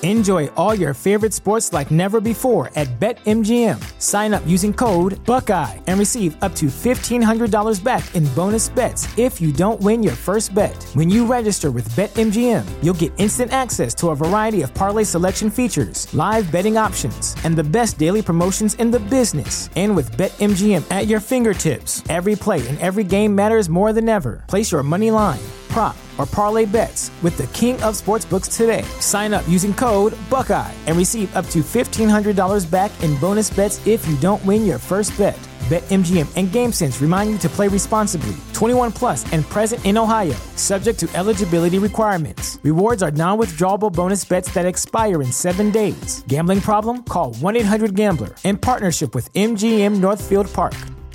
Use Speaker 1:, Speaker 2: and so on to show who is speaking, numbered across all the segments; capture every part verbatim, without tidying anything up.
Speaker 1: Enjoy all your favorite sports like never before at BetMGM. Sign up using code Buckeye and receive up to fifteen hundred dollars back in bonus bets if you don't win your first bet. When you register with BetMGM, you'll get instant access to a variety of parlay selection features, live betting options, and the best daily promotions in the business. And with BetMGM at your fingertips, every play and every game matters more than ever. Place your money line, prop, or parlay bets with the king of sportsbooks today. Sign up using code Buckeye and receive up to fifteen hundred dollars back in bonus bets if you don't win your first bet. BetMGM and GameSense remind you to play responsibly. twenty-one plus and present in Ohio, subject to eligibility requirements. Rewards are non-withdrawable bonus bets that expire in seven days. Gambling problem? Call one eight hundred gambler in partnership with M G M Northfield Park.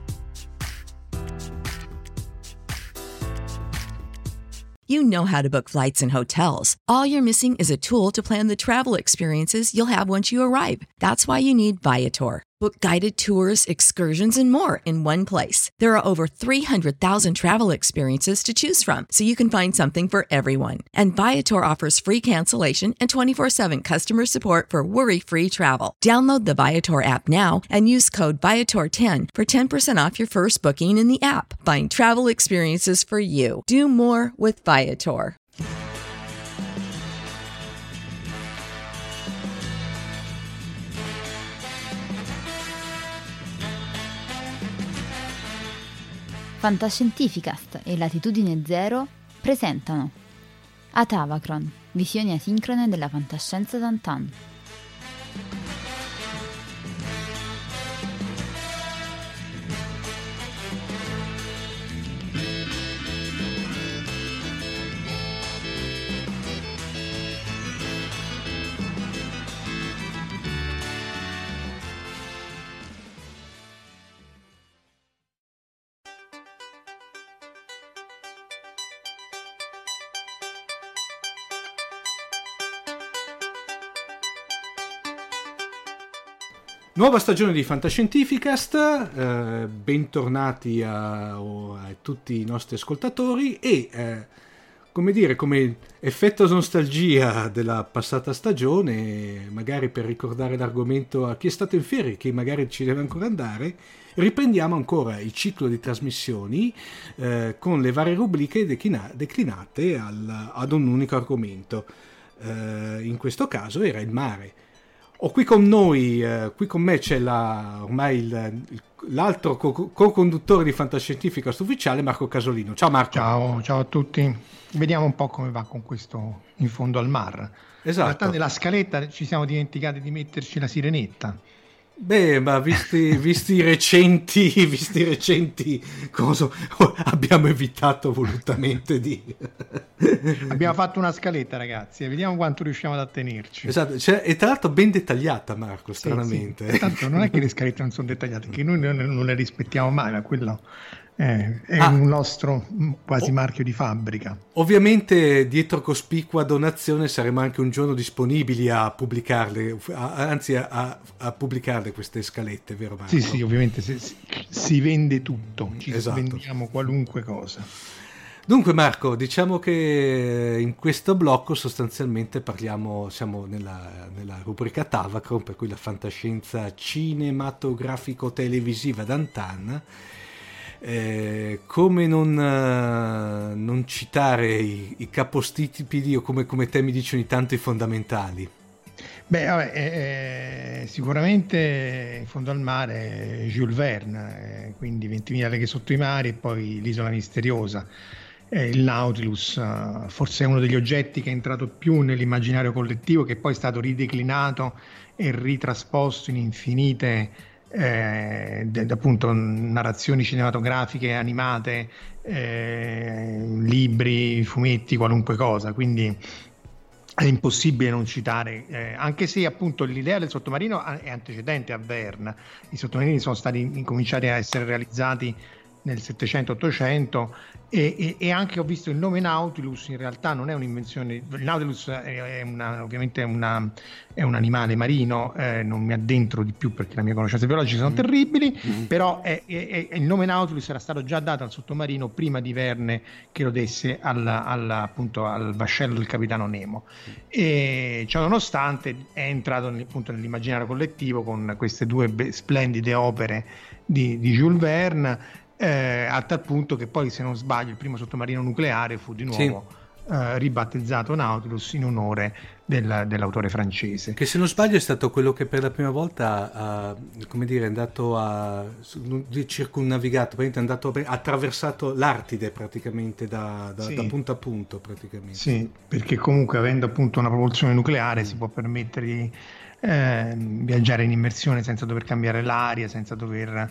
Speaker 2: You know how to book flights and hotels. All you're missing is a tool to plan the travel experiences you'll have once you arrive. That's why you need Viator. Book guided tours, excursions, and more in one place. There are over three hundred thousand travel experiences to choose from, so you can find something for everyone. And Viator offers free cancellation and twenty-four seven customer support for worry-free travel. Download the Viator app now and use code Viator ten for ten percent off your first booking in the app. Find travel experiences for you. Do more with Viator.
Speaker 3: Fantascientificast e Latitudine Zero presentano Atavacron, visioni asincrone della fantascienza d'antan.
Speaker 4: Nuova stagione di Fantascientificast, eh, bentornati a, a tutti i nostri ascoltatori e, eh, come dire, come effetto nostalgia della passata stagione, magari per ricordare l'argomento a chi è stato in ferie, chi magari ci deve ancora andare, riprendiamo ancora il ciclo di trasmissioni eh, con le varie rubriche declina- declinate al, ad un unico argomento. Eh, in questo caso era il mare. Ho qui con noi, eh, qui con me c'è la, ormai il, il, l'altro co- co-conduttore di Fantascientificast ufficiale, Marco Casolino. Ciao Marco.
Speaker 5: Ciao, ciao a tutti. Vediamo un po' come va con questo In fondo al mar.
Speaker 4: Esatto.
Speaker 5: In realtà nella scaletta ci siamo dimenticati di metterci la sirenetta.
Speaker 4: Beh, ma visti, visti i recenti, visti i recenti cosa abbiamo evitato volutamente di...
Speaker 5: Abbiamo fatto una scaletta, ragazzi, e vediamo quanto riusciamo ad attenerci.
Speaker 4: Esatto, cioè, e tra l'altro ben dettagliata, Marco, stranamente.
Speaker 5: Sì, sì. Tanto non è che le scalette non sono dettagliate, che noi non le rispettiamo mai, ma quello è, è ah. un nostro quasi marchio di fabbrica.
Speaker 4: Ovviamente dietro cospicua donazione saremo anche un giorno disponibili a pubblicarle, a, anzi a, a pubblicarle queste scalette, vero Marco?
Speaker 5: Sì, sì, ovviamente si, si vende tutto, ci
Speaker 4: esatto.
Speaker 5: vendiamo qualunque cosa.
Speaker 4: Dunque Marco, diciamo che in questo blocco sostanzialmente parliamo, siamo nella, nella rubrica Tavacron, per cui la fantascienza cinematografico-televisiva d'antan. Eh, come non, uh, non citare i, i capostipiti o come, come te mi dici ogni tanto i fondamentali?
Speaker 5: Beh, vabbè, eh, sicuramente in fondo al mare Jules Verne, eh, quindi ventimila leghe sotto i mari e poi l'isola misteriosa. Eh, il Nautilus uh, forse è uno degli oggetti che è entrato più nell'immaginario collettivo, che poi è stato rideclinato e ritrasposto in infinite eh, de, appunto narrazioni cinematografiche, animate, eh, libri, fumetti, qualunque cosa, quindi è impossibile non citare, eh, anche se appunto l'idea del sottomarino è antecedente a Verne. I sottomarini sono stati incominciati a essere realizzati nel settecento ottocento, e, e, e anche ho visto il nome Nautilus, in realtà non è un'invenzione. Il Nautilus è una, ovviamente è, una, è un animale marino, eh, non mi addentro di più perché le mie conoscenze biologiche sono mm. terribili, mm. però è, è, è, il nome Nautilus era stato già dato al sottomarino prima di Verne che lo desse al, al, appunto, al vascello del capitano Nemo, e ciò nonostante è entrato appunto nell'immaginario collettivo con queste due be- splendide opere di, di Jules Verne, eh, a tal punto che poi, se non sbaglio, il primo sottomarino nucleare fu di nuovo sì. eh, ribattezzato Nautilus in onore del, dell'autore francese,
Speaker 4: che, se non sbaglio, è stato quello che per la prima volta ha, come dire, è andato a circumnavigato, è andato ha attraversato l'Artide praticamente da, da, sì. da punto a punto praticamente.
Speaker 5: Sì, perché comunque, avendo appunto una propulsione nucleare, mm. si può permettere di eh, viaggiare in immersione senza dover cambiare l'aria, senza dover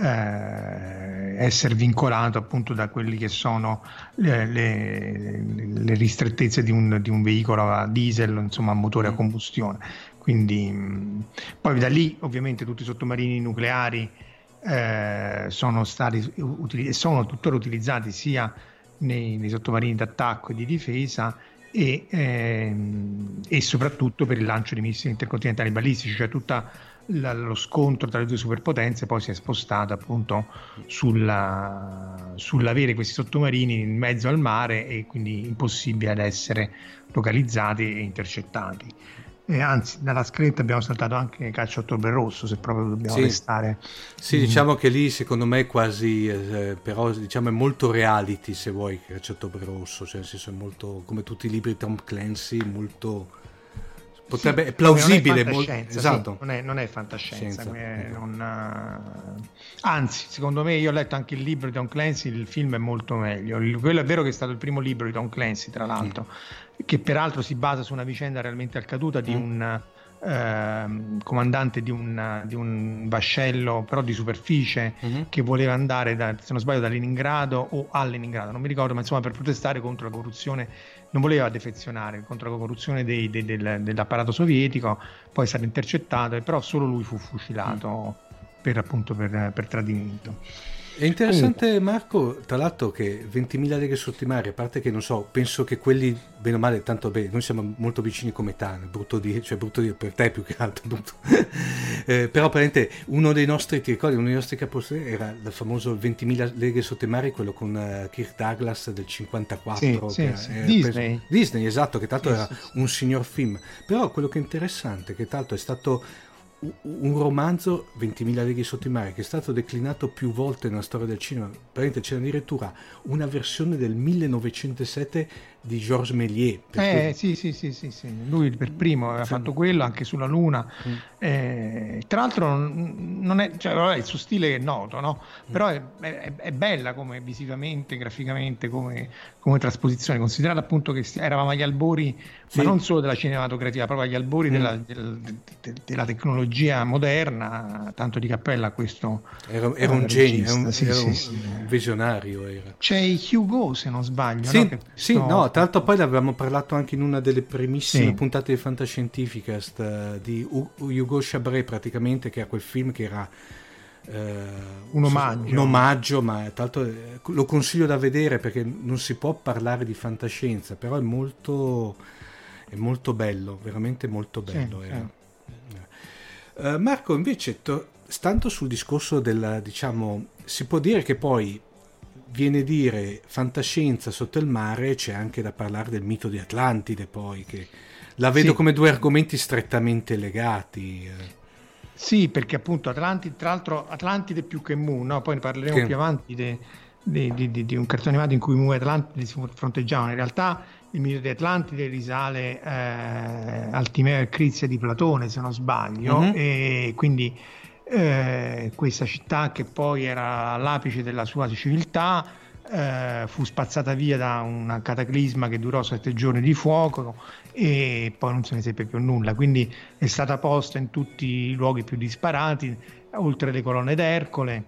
Speaker 5: Eh, essere vincolato appunto da quelli che sono le, le, le ristrettezze di un, di un veicolo a diesel, insomma a motore a combustione. Quindi mh, poi da lì ovviamente tutti i sottomarini nucleari eh, sono stati utili- sono tuttora utilizzati sia nei, nei sottomarini d'attacco e di difesa, e, ehm, e soprattutto per il lancio di missili intercontinentali balistici, cioè tutta La, lo scontro tra le due superpotenze poi si è spostato appunto sulla, sull'avere questi sottomarini in mezzo al mare e quindi impossibili ad essere localizzati e intercettati. E anzi, dalla scritta abbiamo saltato anche Caccia a Ottobre Rosso, se proprio dobbiamo
Speaker 4: sì.
Speaker 5: restare.
Speaker 4: Sì, diciamo che lì secondo me è quasi, eh, però diciamo è molto reality, se vuoi, Caccia a Ottobre Rosso, cioè nel senso è molto, come tutti i libri di Tom Clancy, molto... potrebbe sì, è plausibile,
Speaker 5: non è
Speaker 4: molto, esatto.
Speaker 5: Sì, non, è, non è fantascienza, è,
Speaker 4: no.
Speaker 5: non, anzi, secondo me, io ho letto anche il libro di Tom Clancy, il film è molto meglio. Il, quello è vero che è stato il primo libro di Tom Clancy, tra l'altro, mm. che peraltro si basa su una vicenda realmente accaduta di mm. un eh, comandante di un, di un vascello, però di superficie, mm-hmm. che voleva andare, da, se non sbaglio, da Leningrado o a Leningrado, non mi ricordo, ma insomma per protestare contro la corruzione. Non voleva defezionare contro la corruzione dei, dei, del, dell'apparato sovietico, poi è stato intercettato, però solo lui fu fucilato per, appunto, per, per tradimento.
Speaker 4: È interessante, comunque, Marco, tra l'altro, che ventimila leghe sotto i mari, a parte che non so, penso che quelli, bene o male, tanto bene, noi siamo molto vicini come età, brutto dire, cioè brutto dire per te più che altro, brutto. eh, però praticamente uno dei nostri, ti ricordi, uno dei nostri capostorie era il famoso ventimila leghe sotto i mari, quello con uh, Kirk Douglas del cinquantaquattro,
Speaker 5: sì,
Speaker 4: che,
Speaker 5: sì,
Speaker 4: eh,
Speaker 5: Disney.
Speaker 4: Penso, Disney, esatto, che tanto
Speaker 5: sì,
Speaker 4: era
Speaker 5: sì.
Speaker 4: un signor film. Però quello che è interessante, che tanto è stato un romanzo, ventimila leghe sotto i mari, che è stato declinato più volte nella storia del cinema. Praticamente c'è addirittura una versione del millenovecentosette di Georges Méliès.
Speaker 5: Eh, sì, sì, sì, sì, sì, lui per primo aveva sì. fatto quello anche sulla Luna. Mm. Eh, tra l'altro non è, cioè, vabbè, il suo stile è noto, no? Mm. Però è, è, è bella come visivamente, graficamente, come, come trasposizione, considerata appunto che eravamo agli albori, sì. ma non solo della cinematografia, proprio agli albori mm. della, della, della tecnologia moderna, tanto di cappella a questo.
Speaker 4: Era, era un genio, era un, sì, era sì, un sì. visionario. Era.
Speaker 5: C'è Hugo, se non sbaglio.
Speaker 4: Sì,
Speaker 5: no? Che
Speaker 4: sì
Speaker 5: questo...
Speaker 4: no, tra l'altro poi l'avevamo parlato anche in una delle primissime sì. puntate di Fantascientificast, uh, di U- Hugo Chabret, praticamente, che era quel film che era uh,
Speaker 5: un omaggio.
Speaker 4: un omaggio, ma tra l'altro eh, lo consiglio da vedere perché non si può parlare di fantascienza, però è molto, è molto bello, veramente molto bello. Sì, era. Sì. Uh, Marco, invece, to- stando sul discorso della, diciamo, si può dire che poi viene dire fantascienza sotto il mare, c'è anche da parlare del mito di Atlantide, poi, che la vedo sì. come due argomenti strettamente legati.
Speaker 5: Sì, perché appunto Atlantide, tra l'altro Atlantide più che Mu, no? Poi ne parleremo che... più avanti de, de, de, de, di un cartone animato in cui Mu e Atlantide si fronteggiavano. In realtà il mito di Atlantide risale eh, al Timeo e Crizia di Platone, se non sbaglio, mm-hmm. e quindi Eh, questa città, che poi era all'apice della sua civiltà, eh, fu spazzata via da un cataclisma che durò sette giorni di fuoco e poi non se ne seppe più nulla, quindi è stata posta in tutti i luoghi più disparati, oltre le colonne d'Ercole,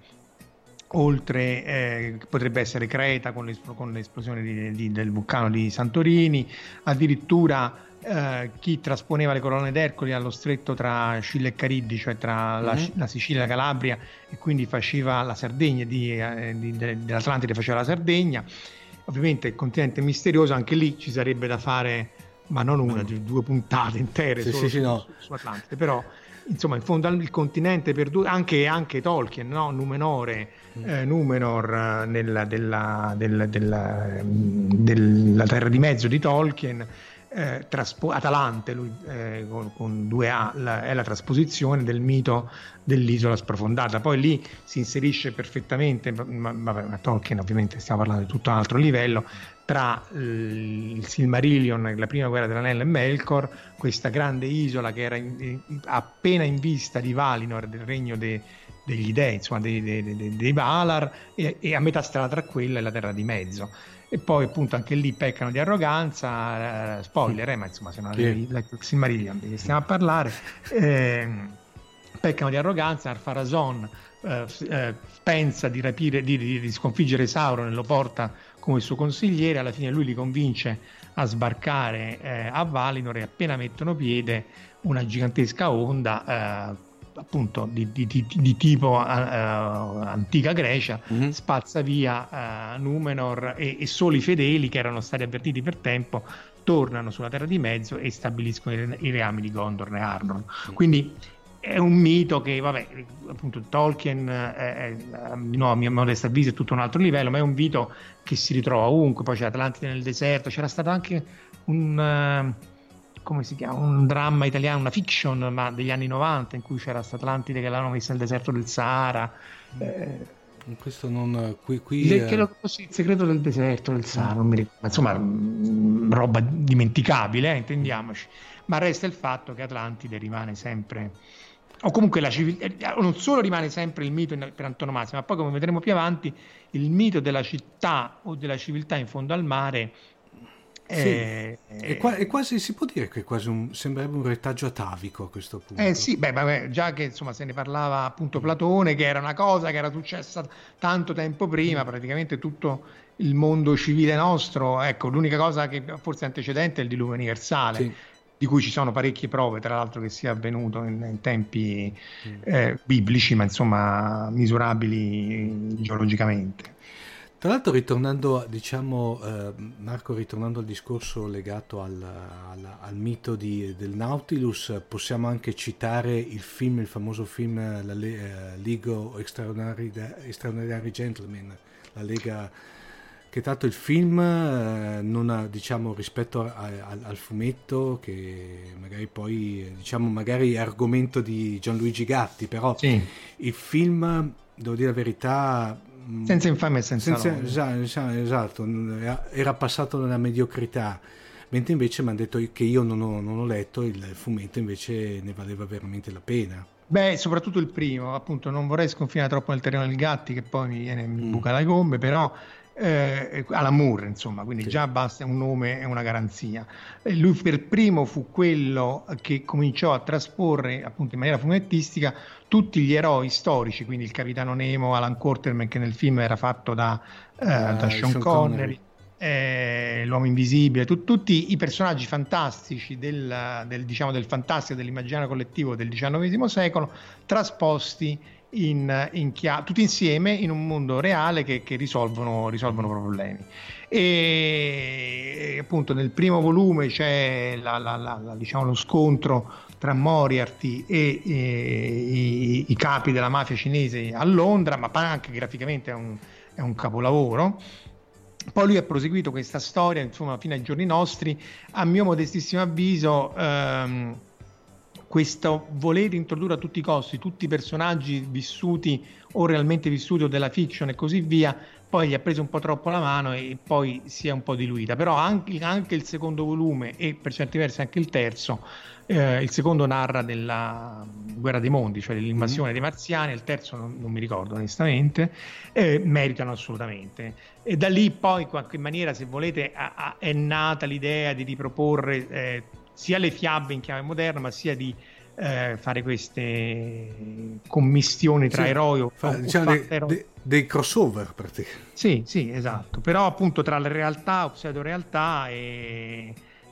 Speaker 5: oltre eh, potrebbe essere Creta con, l'espl- con l'esplosione di, di, del vulcano di Santorini, addirittura eh, chi trasponeva le colonne d'Ercole allo stretto tra Scilla e Cariddi, cioè tra la, mm-hmm. la Sicilia e la Calabria, e quindi faceva la Sardegna di, eh, di, dell'Atlantide faceva la Sardegna. Ovviamente il continente misterioso, anche lì ci sarebbe da fare, ma non una, mm. due puntate intere sì, solo sì, su, no. su, su Atlantide, però insomma in fondo il continente perduto, anche, anche Tolkien, no? Numenore, mm. eh, Numenor nella, della, della, della, della Terra di Mezzo di Tolkien, eh, traspo- Atalante lui, eh, con, con due A la, è la trasposizione del mito dell'isola sprofondata. Poi lì si inserisce perfettamente, ma, ma, ma Tolkien ovviamente stiamo parlando di tutto un altro livello, tra il Silmarillion, la prima guerra dell'anello e Melkor, questa grande isola che era in, in, appena in vista di Valinor, del regno de, degli dei, insomma dei, dei, dei, dei Valar, e, e a metà strada tra quella e la Terra di Mezzo. E poi appunto anche lì peccano di arroganza, eh, spoiler, eh, ma insomma se non avevi letto il Silmarillion di che stiamo a parlare, eh, peccano di arroganza. Ar-Pharazôn eh, eh, pensa di rapire, di, di, di sconfiggere Sauron e lo porta come suo consigliere. Alla fine lui li convince a sbarcare eh, a Valinor, e appena mettono piede una gigantesca onda eh, appunto di, di, di, di tipo uh, antica Grecia mm-hmm. spazza via uh, Numenor, e, e solo i fedeli, che erano stati avvertiti per tempo, tornano sulla Terra di Mezzo e stabiliscono i, i reami di Gondor e Arnor. Mm-hmm. Quindi è un mito che, vabbè, appunto Tolkien è, è, di nuovo a mio modesto avviso è tutto un altro livello, ma è un mito che si ritrova ovunque. Poi c'è Atlantide nel deserto, c'era stato anche un uh, come si chiama, un dramma italiano, una fiction, ma degli anni novanta, in cui c'era questa Atlantide che l'hanno messa nel deserto del Sahara. Eh,
Speaker 4: questo non qui, qui
Speaker 5: le, che lo, il segreto del deserto del Sahara, non mi ricordo, insomma mh, roba dimenticabile, eh, intendiamoci. Ma resta il fatto che Atlantide rimane sempre, o comunque la civiltà, non solo rimane sempre il mito in, per antonomasia, ma poi, come vedremo più avanti, il mito della città o della civiltà in fondo al mare.
Speaker 4: Sì, eh, è, qua, è quasi, si può dire che è quasi un, sembrerebbe un retaggio atavico a questo punto.
Speaker 5: Eh sì, beh, beh, già che insomma se ne parlava appunto Platone, che era una cosa che era successa tanto tempo prima, praticamente tutto il mondo civile nostro, ecco, l'unica cosa che forse è antecedente è il diluvio universale, sì. di cui ci sono parecchie prove, tra l'altro, che sia avvenuto in, in tempi mm. eh, biblici, ma insomma misurabili geologicamente.
Speaker 4: Tra l'altro, ritornando, diciamo, eh, Marco, ritornando al discorso legato al, al, al mito di, del Nautilus, possiamo anche citare il film, il famoso film la Le, uh, League of Extraordinary, Extraordinary Gentlemen, la Lega, che tanto il film eh, non ha, diciamo, rispetto a, a, al fumetto, che magari poi, diciamo, magari è argomento di Gianluigi Gatti, però sì. il film, devo dire la verità,
Speaker 5: senza infamia e senza, senza
Speaker 4: esatto, esatto, era passato nella mediocrità, mentre invece mi hanno detto che io non ho, non ho letto il fumetto, invece ne valeva veramente la pena.
Speaker 5: Beh, soprattutto il primo, appunto, non vorrei sconfinare troppo nel terreno del Gatti, che poi mi viene mi buca le gombe, però eh, alla Moore, insomma, quindi sì. già basta un nome e una garanzia. E lui per primo fu quello che cominciò a trasporre, appunto, in maniera fumettistica tutti gli eroi storici, quindi il capitano Nemo, Alan Quatermain, che nel film era fatto da, eh, uh, da Sean, Sean Connery, Connery. Eh, l'uomo invisibile, tu, tutti i personaggi fantastici del, del, diciamo, del fantastico, dell'immaginario collettivo del diciannovesimo secolo, trasposti in, in chia- tutti insieme in un mondo reale che, che risolvono, risolvono problemi. E, e appunto nel primo volume c'è la, la, la, la, diciamo, lo scontro tra Moriarty e, e i, i capi della mafia cinese a Londra, ma anche graficamente è un, è un capolavoro. Poi lui ha proseguito questa storia, insomma, fino ai giorni nostri. A mio modestissimo avviso, ehm, questo voler introdurre a tutti i costi tutti i personaggi vissuti o realmente vissuti o della fiction e così via, poi gli ha preso un po' troppo la mano e poi si è un po' diluita. Però anche, anche il secondo volume e per certi versi anche il terzo, eh, il secondo narra della guerra dei mondi, cioè dell'invasione mm-hmm. dei marziani, il terzo non, non mi ricordo onestamente, eh, meritano assolutamente. E da lì poi in qualche maniera, se volete, a, a, è nata l'idea di riproporre eh, sia le fiabe in chiave moderna, ma sia di eh, fare queste commistioni tra sì, eroi o,
Speaker 4: fa,
Speaker 5: o
Speaker 4: diciamo dei, dei, dei crossover praticamente.
Speaker 5: Sì, sì, esatto, però appunto tra la realtà o pseudo realtà e,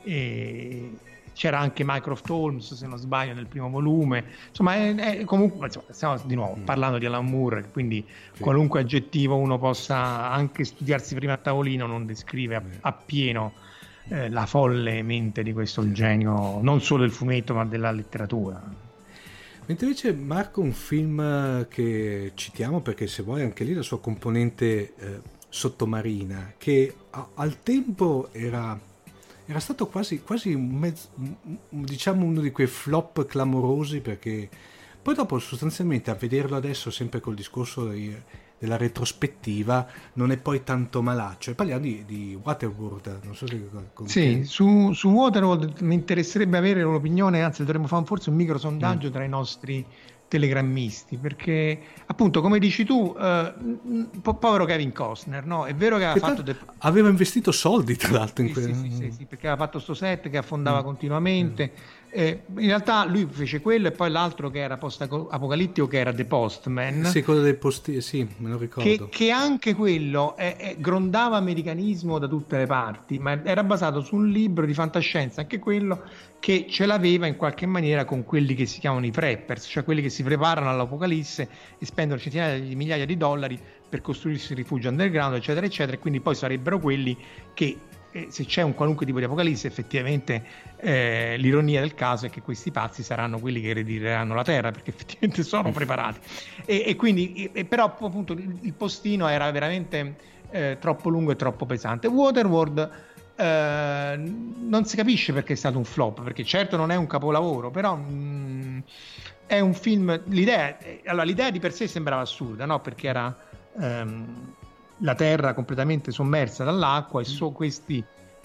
Speaker 5: e c'era anche Mycroft Holmes, se non sbaglio, nel primo volume. Insomma, è, è comunque insomma, stiamo di nuovo mm. parlando di Alan Moore, quindi sì. qualunque aggettivo uno possa anche studiarsi prima a tavolino non descrive a, appieno eh, la folle mente di questo genio, non solo del fumetto ma della letteratura.
Speaker 4: Mentre invece Marco, un film che citiamo perché se vuoi anche lì la sua componente eh, sottomarina, che a, al tempo era era stato quasi, quasi un mezzo, diciamo uno di quei flop clamorosi, perché poi dopo sostanzialmente a vederlo adesso sempre col discorso di, della retrospettiva non è poi tanto malaccio. E parliamo di, di Waterworld, non so se con
Speaker 5: sì, su, su Waterworld mi interesserebbe avere un'opinione, anzi dovremmo fare forse un micro sondaggio mm. tra i nostri telegrammisti, perché appunto come dici tu eh, po- povero Kevin Costner, no? È vero che aveva
Speaker 4: che
Speaker 5: fatto de-
Speaker 4: aveva investito soldi tra l'altro in
Speaker 5: sì,
Speaker 4: quel...
Speaker 5: sì, sì, sì, sì, perché aveva fatto sto set che affondava mm. continuamente
Speaker 4: mm.
Speaker 5: Eh, in realtà lui fece quello e poi l'altro che era post-apocalittico, che era The Postman,
Speaker 4: sì, quello dei posti, sì, me lo ricordo,
Speaker 5: che, che anche quello è, è, grondava americanismo da tutte le parti, ma era basato su un libro di fantascienza, anche quello che ce l'aveva in qualche maniera con quelli che si chiamano i preppers, cioè quelli che si preparano all'apocalisse e spendono centinaia di migliaia di dollari per costruirsi il rifugio underground, eccetera eccetera, e quindi poi sarebbero quelli che eh, se c'è un qualunque tipo di apocalisse, effettivamente eh, l'ironia del caso è che questi pazzi saranno quelli che eredireranno la terra, perché effettivamente sono preparati, e, e quindi e, però appunto il, il postino era veramente eh, troppo lungo e troppo pesante. Waterworld eh, non si capisce perché è stato un flop, perché certo non è un capolavoro, però mh, è un film, l'idea allora l'idea di per sé sembrava assurda, no? Perché era ehm, la terra completamente sommersa dall'acqua e so questi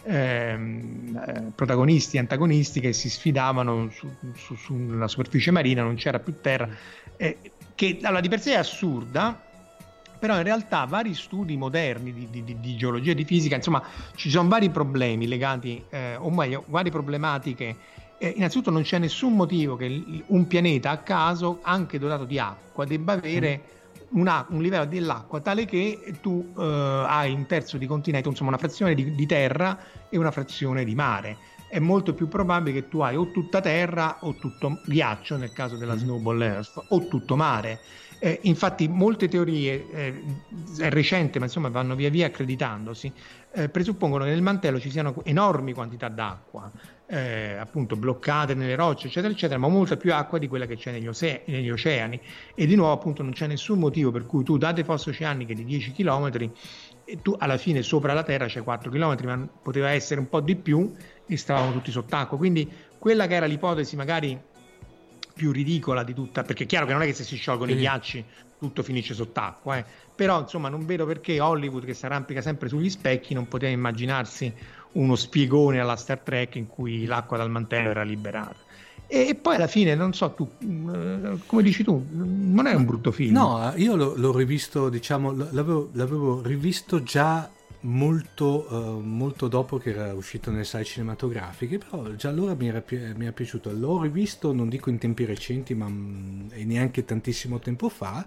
Speaker 5: ehm, eh, protagonisti e antagonisti che si sfidavano su, su, sulla superficie marina, non c'era più terra, eh, che allora di per sé è assurda, però in realtà vari studi moderni di, di, di geologia e di fisica, insomma ci sono vari problemi legati, eh, o meglio varie problematiche. Eh, innanzitutto non c'è nessun motivo che un pianeta a caso, anche dotato di acqua, debba avere una, un livello dell'acqua tale che tu eh, hai un terzo di continente, insomma una frazione di, di terra e una frazione di mare. È molto più probabile che tu hai o tutta terra o tutto ghiaccio, nel caso della Snowball Earth, o tutto mare. Eh, infatti molte teorie, eh, è recente ma insomma vanno via via accreditandosi, eh, presuppongono che nel mantello ci siano enormi quantità d'acqua, eh, appunto bloccate nelle rocce eccetera eccetera, ma molta più acqua di quella che c'è negli, ose- negli oceani, e di nuovo appunto non c'è nessun motivo per cui tu date fosse oceaniche di dieci chilometri e tu alla fine sopra la terra c'è quattro chilometri, ma poteva essere un po' di più e stavamo tutti sott'acqua. Quindi quella che era l'ipotesi magari più ridicola di tutta, perché è chiaro che non è che se si sciolgono sì. i ghiacci tutto finisce sott'acqua, eh. però insomma non vedo perché Hollywood, che si arrampica sempre sugli specchi, non poteva immaginarsi uno spiegone alla Star Trek in cui l'acqua dal mantello era liberata. E, e poi alla fine non so tu, come dici tu, non è un brutto film.
Speaker 4: No, io l'ho, l'ho rivisto, diciamo, l'avevo, l'avevo rivisto già molto uh, molto dopo che era uscito nelle sale cinematografiche, però già allora mi era, pi- mi era piaciuto. L'ho rivisto, non dico in tempi recenti, ma mh, e neanche tantissimo tempo fa,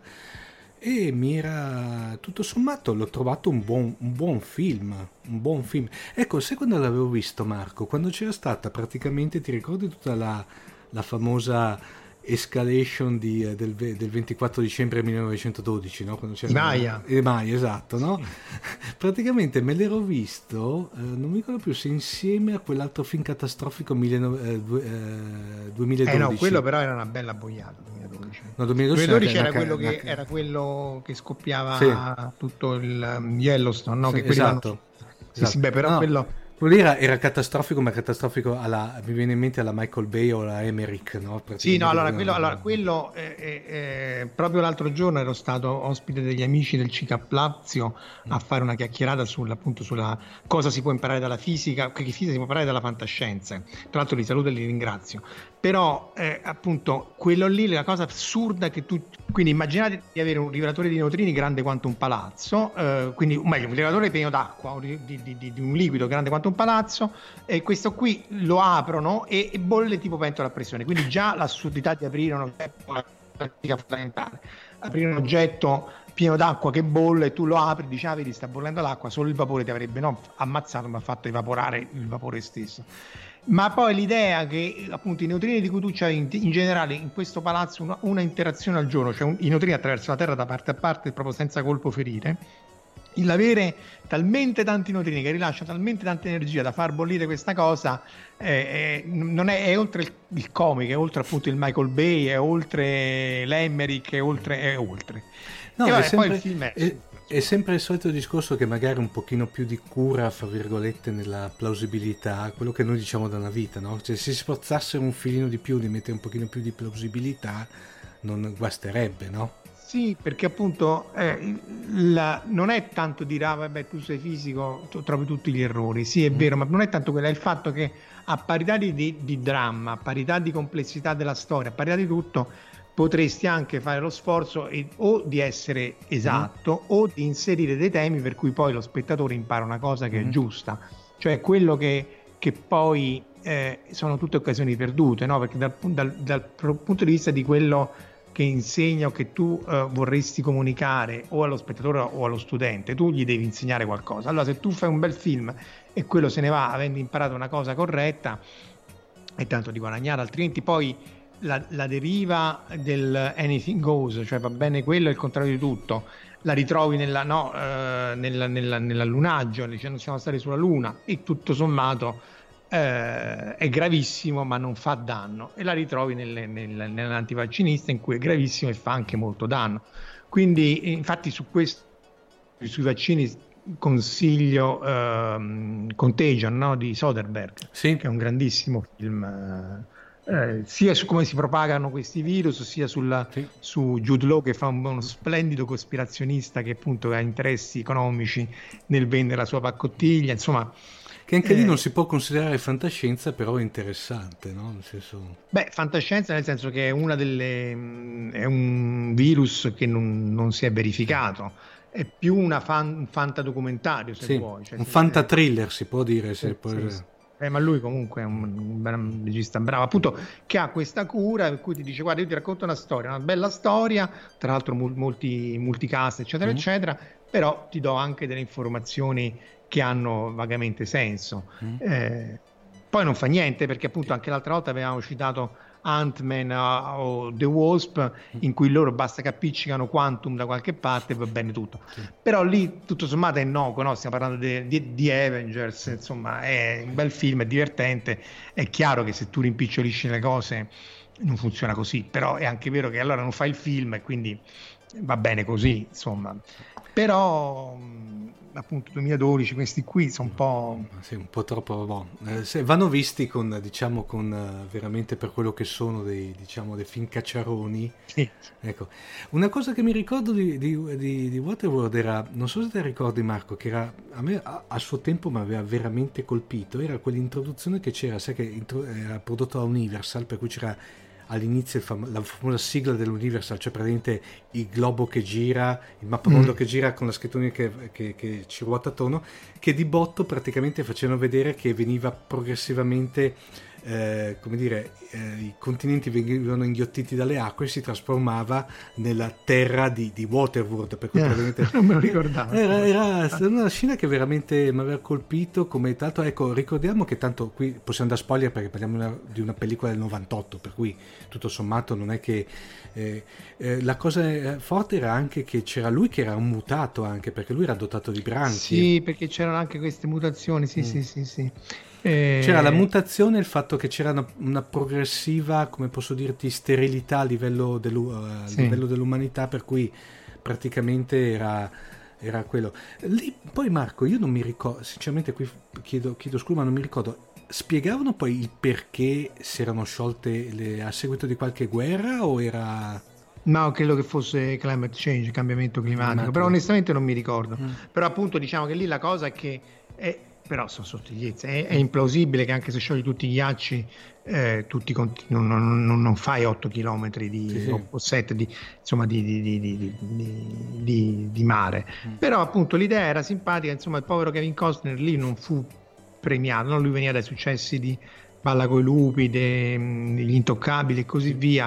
Speaker 4: e mi era, tutto sommato l'ho trovato un buon, un buon film un buon film. Ecco, sai quando l'avevo visto, Marco? Quando c'era stata praticamente, ti ricordi tutta la, la famosa escalation di, eh, del, del ventiquattro dicembre millenovecentododici, no? Quando c'era
Speaker 5: Maya.
Speaker 4: Eh, Maya, esatto, no? Praticamente me l'ero visto, eh, non mi ricordo più se insieme a quell'altro film catastrofico mille, eh, duemiladodici.
Speaker 5: Eh no, quello però era una bella boiata. duemiladodici.
Speaker 4: No, duemiladodici,
Speaker 5: duemiladodici era,
Speaker 4: una,
Speaker 5: quello
Speaker 4: una,
Speaker 5: che,
Speaker 4: una...
Speaker 5: era quello che scoppiava
Speaker 4: sì.
Speaker 5: tutto il um, Yellowstone, no?
Speaker 4: Sì,
Speaker 5: che
Speaker 4: esatto.
Speaker 5: Vanno...
Speaker 4: esatto.
Speaker 5: Sì, sì, beh, però no. quello...
Speaker 4: Quello lì era, era catastrofico, ma catastrofico alla, mi viene in mente alla Michael Bay o alla Emmerich, no?
Speaker 5: Sì, no, allora quello, allora, quello eh, eh, proprio l'altro giorno ero stato ospite degli amici del C I C A P Lazio a fare una chiacchierata sulla, appunto, sulla cosa si può imparare dalla fisica, che fisica si può imparare dalla fantascienza. Tra l'altro li saluto e li ringrazio. Però eh, appunto quello lì, la cosa assurda che tu, quindi immaginate di avere un rivelatore di neutrini grande quanto un palazzo, eh, quindi meglio un rivelatore pieno d'acqua o di, di, di, di un liquido grande quanto un palazzo, e questo qui lo aprono e, e bolle tipo pentola a pressione, quindi già l'assurdità di aprire una pratica fondamentale. aprire un oggetto pieno d'acqua che bolle, tu lo apri, dici, ah, vedi, sta bollendo l'acqua, solo il vapore ti avrebbe non ammazzato, ma fatto evaporare il vapore stesso. Ma poi l'idea che appunto i neutrini di cui tu c'hai in, in generale in questo palazzo una, una interazione al giorno, cioè un, i neutrini attraverso la Terra da parte a parte proprio senza colpo ferire, l'avere talmente tanti neutrini che rilascia talmente tanta energia da far bollire questa cosa eh, è, non è, è oltre il, il comico, è oltre appunto il Michael Bay, è oltre l'Emmerich, è oltre, è oltre.
Speaker 4: No,
Speaker 5: e vabbè,
Speaker 4: è sempre,
Speaker 5: poi il film è...
Speaker 4: è... È sempre il solito discorso che magari un pochino più di cura, fra virgolette, nella plausibilità, quello che noi diciamo da una vita, no? Cioè, se si sforzassero un filino di più, di mettere un pochino più di plausibilità, non guasterebbe, no?
Speaker 5: Sì, perché appunto eh, la, non è tanto dire, ah, vabbè, tu sei fisico, tu trovi tutti gli errori. Sì, è mm. vero, ma non è tanto quello, è il fatto che a parità di, di, di dramma, a parità di complessità della storia, a parità di tutto, potresti anche fare lo sforzo e, o di essere esatto mm. o di inserire dei temi per cui poi lo spettatore impara una cosa che mm. è giusta, cioè quello che, che poi eh, sono tutte occasioni perdute, no? Perché dal, dal, dal punto di vista di quello che insegna o che tu eh, vorresti comunicare o allo spettatore o allo studente, tu gli devi insegnare qualcosa. Allora se tu fai un bel film e quello se ne va avendo imparato una cosa corretta, è tanto di guadagnare, altrimenti poi La, la deriva del anything goes, cioè va bene quello, è il contrario di tutto, la ritrovi nella, no, eh, nella, nella, nell'allunaggio, dicendo siamo stati sulla Luna e tutto sommato eh, è gravissimo ma non fa danno, e la ritrovi nelle, nelle, nell'antivaccinista in cui è gravissimo e fa anche molto danno. Quindi infatti su questo, sui vaccini consiglio ehm, Contagion, no, di Soderbergh, sì, che è un grandissimo film eh, Eh, sia su come si propagano questi virus, sia sulla, sì. su Jude Law che fa un, uno splendido cospirazionista che appunto ha interessi economici nel vendere la sua paccottiglia, insomma,
Speaker 4: che anche eh, lì non si può considerare fantascienza, però è interessante, no? Nel senso...
Speaker 5: Beh, fantascienza nel senso che è una delle è un virus che non, non si è verificato, è più una fan, un fantadocumentario, se
Speaker 4: sì,
Speaker 5: vuoi, cioè,
Speaker 4: un fantatriller si può dire, se sì, poi...
Speaker 5: sì, sì. Eh, ma lui comunque è un, un regista bravo, appunto, che ha questa cura per cui ti dice guarda, io ti racconto una storia, una bella storia, tra l'altro molti multicast eccetera mm. eccetera, però ti do anche delle informazioni che hanno vagamente senso. mm. Eh, poi non fa niente perché appunto anche l'altra volta avevamo citato Ant-Man uh, o The Wasp, in cui loro basta che appiccicano Quantum da qualche parte e va bene tutto. Sì. Però lì tutto sommato è innocuo, no? Stiamo parlando di Avengers, insomma è un bel film, è divertente, è chiaro che se tu rimpicciolisci le cose non funziona così, però è anche vero che allora non fai il film e quindi va bene così, insomma. Però appunto duemiladodici questi qui sono un po'
Speaker 4: sì, un po' troppo boh. eh, se vanno visti con diciamo con uh, veramente per quello che sono dei diciamo dei film cacciaroni.
Speaker 5: Sì.
Speaker 4: Ecco, una cosa che mi ricordo di, di, di, di Waterworld era, non so se te ricordi Marco, che era a me a, a suo tempo mi aveva veramente colpito, era quell'introduzione che c'era, sai che intro, era prodotto da Universal, per cui c'era all'inizio il fam- la famosa sigla dell'Universal, cioè praticamente il globo che gira, il mappamondo mm. che gira con la scrittura che, che, che ci ruota attorno, che di botto praticamente facevano vedere che veniva progressivamente eh, come dire eh, i continenti venivano inghiottiti dalle acque e si trasformava nella terra di, di Waterworld, per cui
Speaker 5: yeah,
Speaker 4: praticamente
Speaker 5: non me lo ricordavo,
Speaker 4: era, era stata una scena che veramente mi aveva colpito, come tanto, ecco, ricordiamo che tanto qui possiamo da spoiler perché parliamo una, di una pellicola del novantotto, per cui tutto sommato non è che eh, eh, la cosa forte era anche che c'era lui che era un mutato, anche perché lui era dotato di branchi.
Speaker 5: Sì, perché c'erano anche queste mutazioni, sì, mm. sì, sì, sì. Eh...
Speaker 4: C'era la mutazione, il fatto che c'era una, una progressiva, come posso dirti, sterilità a livello, dell'u, a sì. livello dell'umanità, per cui praticamente era, era quello. Lì, poi Marco, io non mi ricordo, sinceramente qui chiedo, chiedo scusa, ma non mi ricordo, spiegavano poi il perché si erano sciolte le, a seguito di qualche guerra o era...
Speaker 5: No, credo che fosse climate change, cambiamento climatico, climatico. Però onestamente non mi ricordo. Mm. Però appunto diciamo che lì la cosa è che... È, però sono sottigliezze, è, è implausibile che anche se sciogli tutti i ghiacci eh, tutti conti- non, non, non fai otto chilometri di, sì, sì. o sette di, insomma, di, di, di, di, di, di, di mare. Mm. Però appunto l'idea era simpatica, insomma il povero Kevin Costner lì non fu premiato, no? Lui veniva dai successi di Balla coi lupi, degli Intoccabili e così via,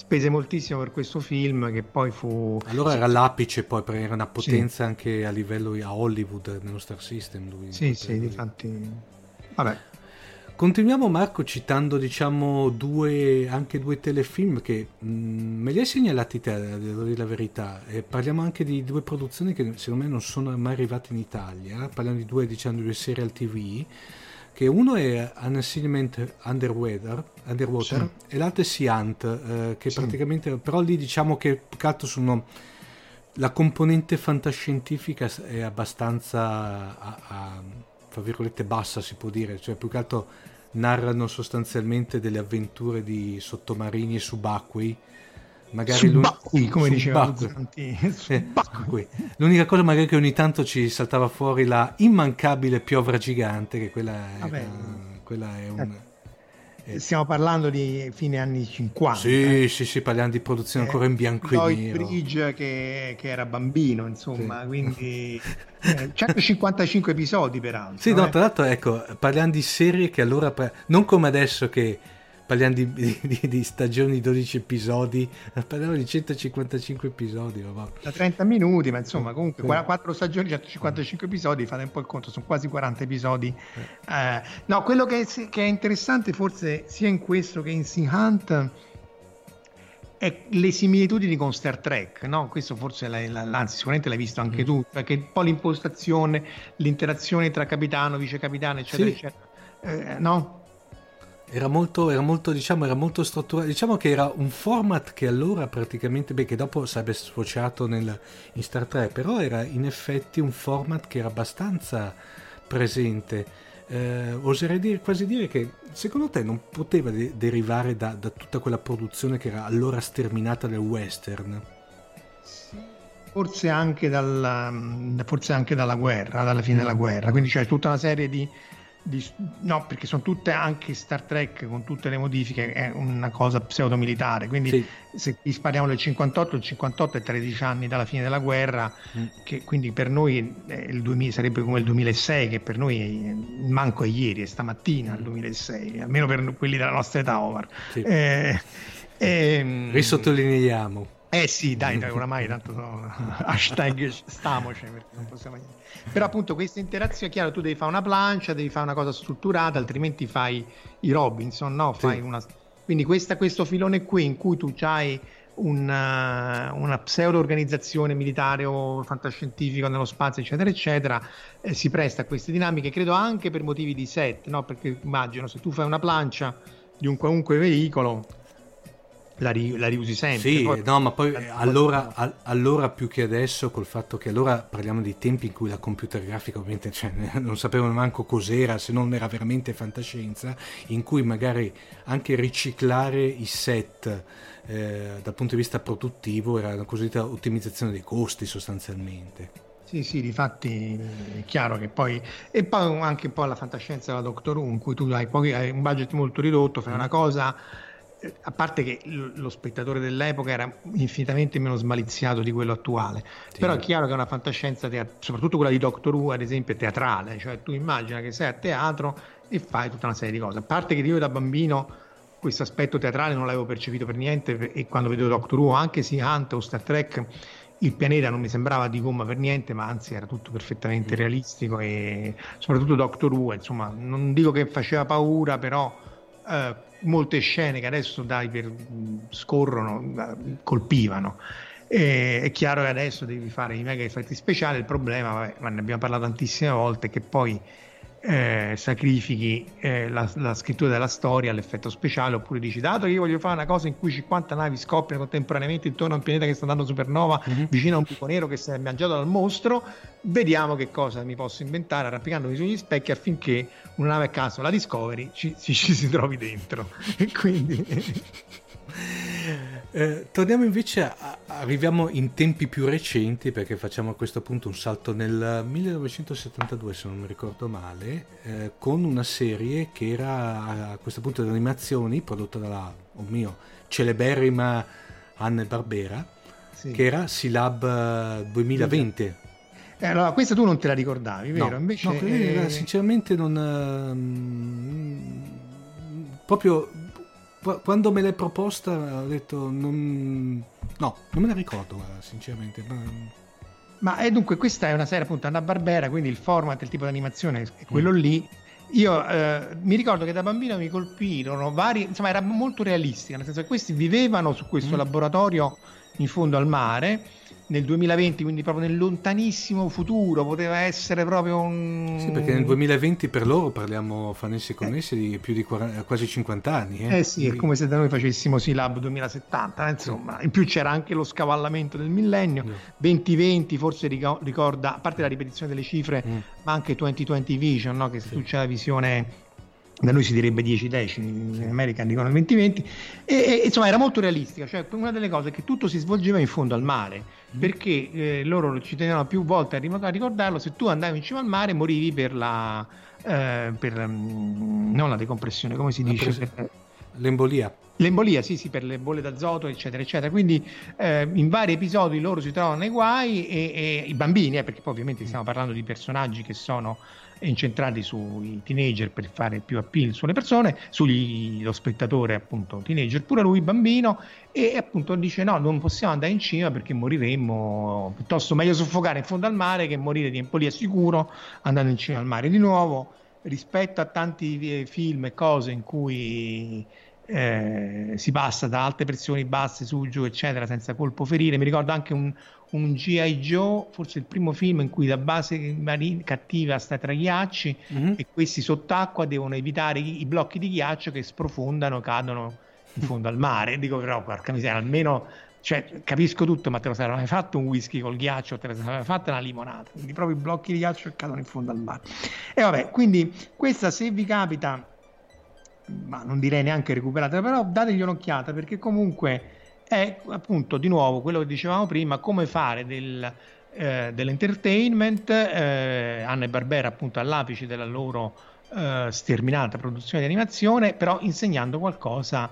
Speaker 5: spese moltissimo per questo film che poi fu...
Speaker 4: Allora
Speaker 5: sì,
Speaker 4: era l'apice, poi perché era una potenza
Speaker 5: sì,
Speaker 4: anche a livello a Hollywood, nello Star System. Lui,
Speaker 5: sì, sì, difatti... Vabbè.
Speaker 4: Continuiamo, Marco, citando diciamo due, anche due telefilm che mh, me li hai segnalati te, devo dire la verità, e parliamo anche di due produzioni che secondo me non sono mai arrivate in Italia. Parliamo di due, diciamo, due serial tivù, che uno è An Assignment Underwater, Underwater
Speaker 5: Sì.
Speaker 4: e l'altro è Sea Hunt, eh, che
Speaker 5: Sì.
Speaker 4: praticamente, però lì diciamo che più che altro sono, la componente fantascientifica è abbastanza a, a, tra virgolette bassa, si può dire, cioè più che altro narrano sostanzialmente delle avventure di sottomarini e subacquei, magari
Speaker 5: Subacquei, come diceva
Speaker 4: subacquei.
Speaker 5: Luzzanti.
Speaker 4: Eh,
Speaker 5: Subacquei.
Speaker 4: l'unica cosa magari che ogni tanto ci saltava fuori la immancabile piovra gigante, che quella è,
Speaker 5: Vabbè,
Speaker 4: quella è un...
Speaker 5: eh, stiamo parlando di fine anni cinquanta.
Speaker 4: Sì,
Speaker 5: eh.
Speaker 4: sì, sì, parliamo di produzione
Speaker 5: Eh,
Speaker 4: ancora in bianco e
Speaker 5: Lloyd
Speaker 4: nero.
Speaker 5: Bridge che, che era bambino, insomma,
Speaker 4: Sì.
Speaker 5: quindi eh, centocinquantaque episodi peraltro.
Speaker 4: Sì, no,
Speaker 5: eh.
Speaker 4: tra l'altro, ecco, parliamo di serie che allora, non come adesso che parliamo di, di, di stagioni di dodici episodi, parliamo di centocinquantacinque episodi. Vabbè.
Speaker 5: Da trenta minuti, ma insomma, comunque
Speaker 4: Sì.
Speaker 5: quattro stagioni, centocinquantacinque episodi, fate un po' il conto, sono quasi quaranta episodi. Eh, no, quello che è, che è interessante forse sia in questo che in Sea Hunt è le similitudini con Star Trek, no? Questo forse l'hai, anzi sicuramente l'hai visto anche
Speaker 4: Mm.
Speaker 5: tu, perché un po' l'impostazione, l'interazione tra capitano, vice capitano, eccetera,
Speaker 4: Sì.
Speaker 5: eccetera, eh, no?
Speaker 4: Era molto, era molto, diciamo, era molto strutturato. Diciamo che era un format che allora praticamente, beh, che dopo sarebbe sfociato nel, in Star Trek, però era in effetti un format che era abbastanza presente. Eh, oserei dire, quasi dire che secondo te non poteva de- derivare da, da tutta quella produzione che era allora sterminata del western?
Speaker 5: Forse anche, dal, forse anche dalla guerra, dalla fine della guerra, quindi c'è tutta una serie di, di no, perché sono tutte anche Star Trek con tutte le modifiche, è una cosa pseudomilitare, quindi
Speaker 4: Sì.
Speaker 5: se parliamo del cinquantotto, il cinquantotto è tredici anni dalla fine della guerra,
Speaker 4: Mm.
Speaker 5: che quindi per noi eh, il duemila sarebbe come il duemilasei, che per noi è, manco è ieri, è stamattina il duemilasei, almeno per quelli della nostra età, Omar.
Speaker 4: Sì.
Speaker 5: Eh, ehm,
Speaker 4: Risottolineiamo.
Speaker 5: eh sì, dai, dai, oramai tanto no, hashtag stamoci, perché non possiamo niente. Però appunto questa interazione, è chiaro, tu devi fare una plancia, devi fare una cosa strutturata, altrimenti fai i Robinson, no? Fai
Speaker 4: Sì.
Speaker 5: una... Quindi questa, questo filone qui in cui tu hai una, una pseudo organizzazione militare o fantascientifica nello spazio, eccetera, eccetera, eh, si presta a queste dinamiche, credo anche per motivi di set, no? Perché immagino, se tu fai una plancia di un qualunque veicolo, La, ri, la riusi sempre.
Speaker 4: Sì,
Speaker 5: poi,
Speaker 4: no, ma poi allora, all, allora più che adesso, col fatto che allora parliamo di tempi in cui la computer grafica ovviamente, cioè, non sapevano manco cos'era, se non era veramente fantascienza, in cui magari anche riciclare i set eh, dal punto di vista produttivo era una cosiddetta ottimizzazione dei costi sostanzialmente.
Speaker 5: Sì, sì, difatti è chiaro che poi, e poi anche un po' la fantascienza della Doctor Who, in cui tu hai, pochi, hai un budget molto ridotto, fai mm. una cosa, a parte che lo spettatore dell'epoca era infinitamente meno smaliziato di quello attuale, sì. Però è chiaro che è una fantascienza, teat- soprattutto quella di Doctor Who ad esempio, è teatrale, cioè tu immagina che sei a teatro e fai tutta una serie di cose, a parte che io da bambino questo aspetto teatrale non l'avevo percepito per niente, e quando vedo Doctor Who, anche Sea Hunt o Star Trek, il pianeta non mi sembrava di gomma per niente, ma anzi era tutto perfettamente realistico, e soprattutto Doctor Who, insomma, non dico che faceva paura, però eh, molte scene che adesso dai per scorrono colpivano. E è chiaro che adesso devi fare i mega effetti speciali, il problema, vabbè, ma ne abbiamo parlato tantissime volte, che poi eh, sacrifichi eh, la, la scrittura della storia all'effetto speciale, oppure dici, dato che io voglio fare una cosa in cui cinquanta navi scoppiano contemporaneamente intorno a un pianeta che sta andando supernova, mm-hmm. vicino a un buco nero che si è mangiato dal mostro, vediamo che cosa mi posso inventare arrampicandomi sugli specchi affinché una nave a caso, la Discovery, ci, ci, ci si trovi dentro. E quindi
Speaker 4: eh, torniamo invece a, arriviamo in tempi più recenti, perché facciamo a questo punto un salto nel millenovecentosettantadue, se non mi ricordo male, eh, con una serie che era a questo punto di animazioni prodotta dalla, oh mio, celeberrima Hanna-Barbera, sì. Che era Sealab duemilaventi.
Speaker 5: Eh, allora, questa tu non te la ricordavi, vero?
Speaker 4: No,
Speaker 5: invece
Speaker 4: no,
Speaker 5: eh...
Speaker 4: sinceramente non um, proprio quando me l'hai proposta ho detto non, no, non me la ricordo sinceramente. Ma,
Speaker 5: ma è dunque questa è una serie appunto Hanna-Barbera, quindi il format, il tipo di animazione è quello mm. lì. Io eh, mi ricordo che da bambino mi colpirono vari, insomma era molto realistica, nel senso che questi vivevano su questo mm. laboratorio in fondo al mare nel duemilaventi, quindi proprio nel lontanissimo futuro, poteva essere proprio un...
Speaker 4: Sì, perché nel duemilaventi per loro parliamo, Fannessi e connessi, eh. di più di quaranta, quasi cinquanta anni. Eh,
Speaker 5: eh sì, quindi... è come se da noi facessimo Silab duemilasettanta, insomma. Sì. In più c'era anche lo scavallamento del millennio, no. venti venti forse ricorda, a parte la ripetizione delle cifre, mm. ma anche duemilaventi Vision, no? Che se sì. tu c'è la visione... da noi si direbbe dieci decimi, in America dicono il venti venti, e, e insomma era molto realistica, cioè una delle cose è che tutto si svolgeva in fondo al mare, mm. perché eh, loro ci tenevano più volte a ricordarlo, se tu andavi in cima al mare morivi per la eh, per um, non la decompressione, come si dice?
Speaker 4: Pres- per, l'embolia.
Speaker 5: L'embolia, sì, sì, per le bolle d'azoto, eccetera, eccetera. Quindi eh, in vari episodi loro si trovano nei guai e, e i bambini, eh, perché poi ovviamente stiamo parlando di personaggi che sono incentrati sui teenager per fare più appeal sulle persone, sullo spettatore appunto teenager, pure lui bambino, e appunto dice no, non possiamo andare in cima perché moriremmo, piuttosto meglio soffocare in fondo al mare che morire di embolia sicuro andando in cima al mare. Di nuovo, rispetto a tanti film e cose in cui eh, si passa da alte pressioni basse su giù eccetera senza colpo ferire, mi ricordo anche un un G I. Joe, forse il primo film in cui la base marina cattiva sta tra ghiacci mm-hmm. e questi sott'acqua devono evitare i, i blocchi di ghiaccio che sprofondano, cadono in fondo al mare. Dico però, porca miseria, almeno, cioè, capisco tutto, ma te lo sarai mai fatto un whisky col ghiaccio, te lo sarai mai fatta una limonata, quindi proprio i blocchi di ghiaccio che cadono in fondo al mare. E vabbè, quindi questa, se vi capita, ma non direi neanche recuperatela, però dategli un'occhiata, perché comunque è appunto di nuovo quello che dicevamo prima, come fare del, eh, dell'entertainment. eh, Hanna-Barbera appunto all'apice della loro eh, sterminata produzione di animazione, però insegnando qualcosa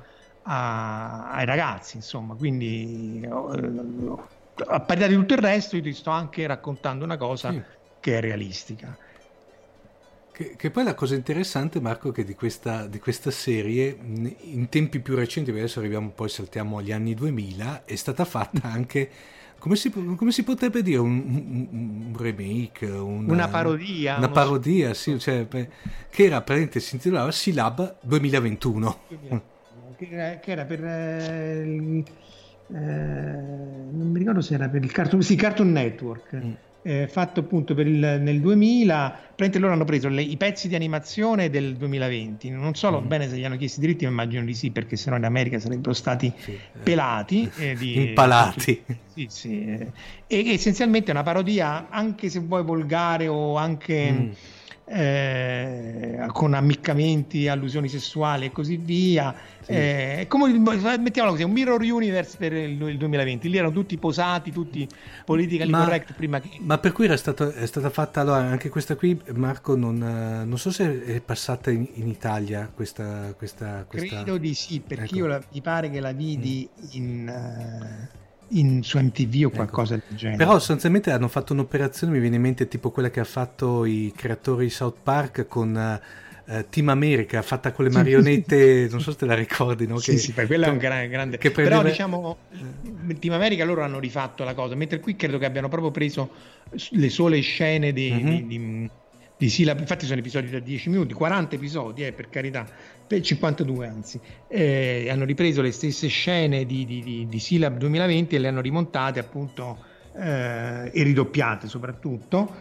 Speaker 5: a, ai ragazzi, insomma, quindi eh, a parità di tutto il resto io ti sto anche raccontando una cosa sì. che è realistica.
Speaker 4: Che, che poi la cosa interessante, Marco, che di questa, di questa serie in tempi più recenti, adesso arriviamo, poi saltiamo agli anni duemila, è stata fatta anche, come si, come si potrebbe dire, un, un, un remake, una,
Speaker 5: una parodia,
Speaker 4: una parodia, sì, cioè, che era praticamente, si intitolava Silab duemilaventuno,
Speaker 5: che era, che era per eh, eh, non mi ricordo se era per il Cartoon, sì, Cartoon Network. Mm. Eh, fatto appunto per il, nel duemila. Praticamente loro hanno preso le, i pezzi di animazione del duemilaventi, non so mm. bene se gli hanno chiesto i diritti, ma immagino di sì, perché sennò in America sarebbero stati sì, pelati eh, di,
Speaker 4: impalati
Speaker 5: eh, sì, sì, eh. E, e essenzialmente è una parodia, anche se vuoi volgare o anche mm. eh, con ammiccamenti, allusioni sessuali e così via, sì. eh, come, mettiamola così, un mirror universe per il, il duemilaventi. Lì erano tutti posati, tutti politically ma, correct prima che...
Speaker 4: ma per cui era stata, è stata fatta, allora anche questa qui, Marco, non, non so se è passata in, in Italia questa, questa, questa
Speaker 5: credo di sì, perché
Speaker 4: ecco.
Speaker 5: io la, mi pare che la vidi mm. in uh, in su M T V o qualcosa ecco. del genere.
Speaker 4: Però sostanzialmente hanno fatto un'operazione, mi viene in mente tipo quella che ha fatto i creatori di South Park con uh, Team America, fatta con le marionette, non so se te la ricordi, no?
Speaker 5: Sì,
Speaker 4: che,
Speaker 5: sì, quello è un grande, grande...
Speaker 4: Che prendeva...
Speaker 5: però diciamo Team America loro hanno rifatto la cosa, mentre qui credo che abbiano proprio preso le sole scene di, mm-hmm. di, di, di Silab, infatti sono episodi da dieci minuti, quaranta episodi, eh, per carità, per cinquantadue anzi, eh, hanno ripreso le stesse scene di, di, di, di Silab duemilaventi e le hanno rimontate appunto eh, e ridoppiate soprattutto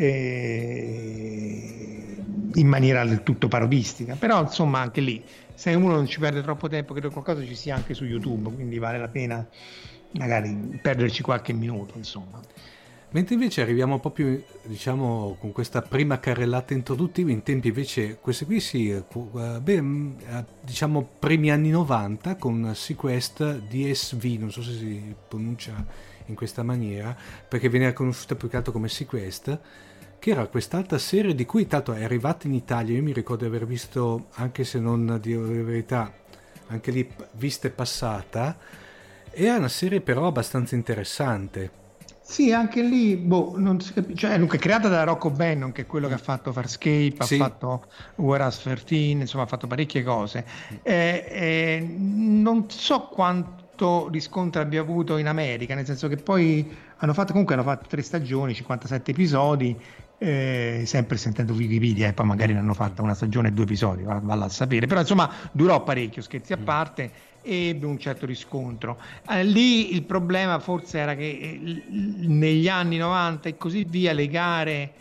Speaker 5: eh, in maniera del tutto parodistica. Però insomma anche lì, se uno non ci perde troppo tempo, credo che qualcosa ci sia anche su YouTube, quindi vale la pena magari perderci qualche minuto, insomma.
Speaker 4: Mentre invece arriviamo proprio, diciamo, con questa prima carrellata introduttiva, in tempi invece, queste qui sì, beh, diciamo primi anni novanta, con Sequest D S V, non so se si pronuncia in questa maniera, perché veniva conosciuta più che altro come Sequest, che era quest'altra serie di cui tanto è arrivata in Italia, io mi ricordo di aver visto, anche se non dire la verità, anche lì vista e passata, era una serie però abbastanza interessante.
Speaker 5: Sì, anche lì, boh, non si capisce, cioè, dunque, creata da Rocco Bannon, che è quello che ha fatto Farscape,
Speaker 4: Sì.
Speaker 5: ha fatto Whereas tredici, insomma ha fatto parecchie cose. Eh, eh, non so quanto riscontro abbia avuto in America, nel senso che poi hanno fatto, comunque hanno fatto tre stagioni, cinquantasette episodi, eh, sempre sentendo Wikipedia, e poi magari ne hanno fatta una stagione e due episodi, va- valla a sapere, però insomma durò parecchio, scherzi a parte, e ebbe un certo riscontro. Eh, lì il problema forse era che eh, l- negli anni novanta e così via legare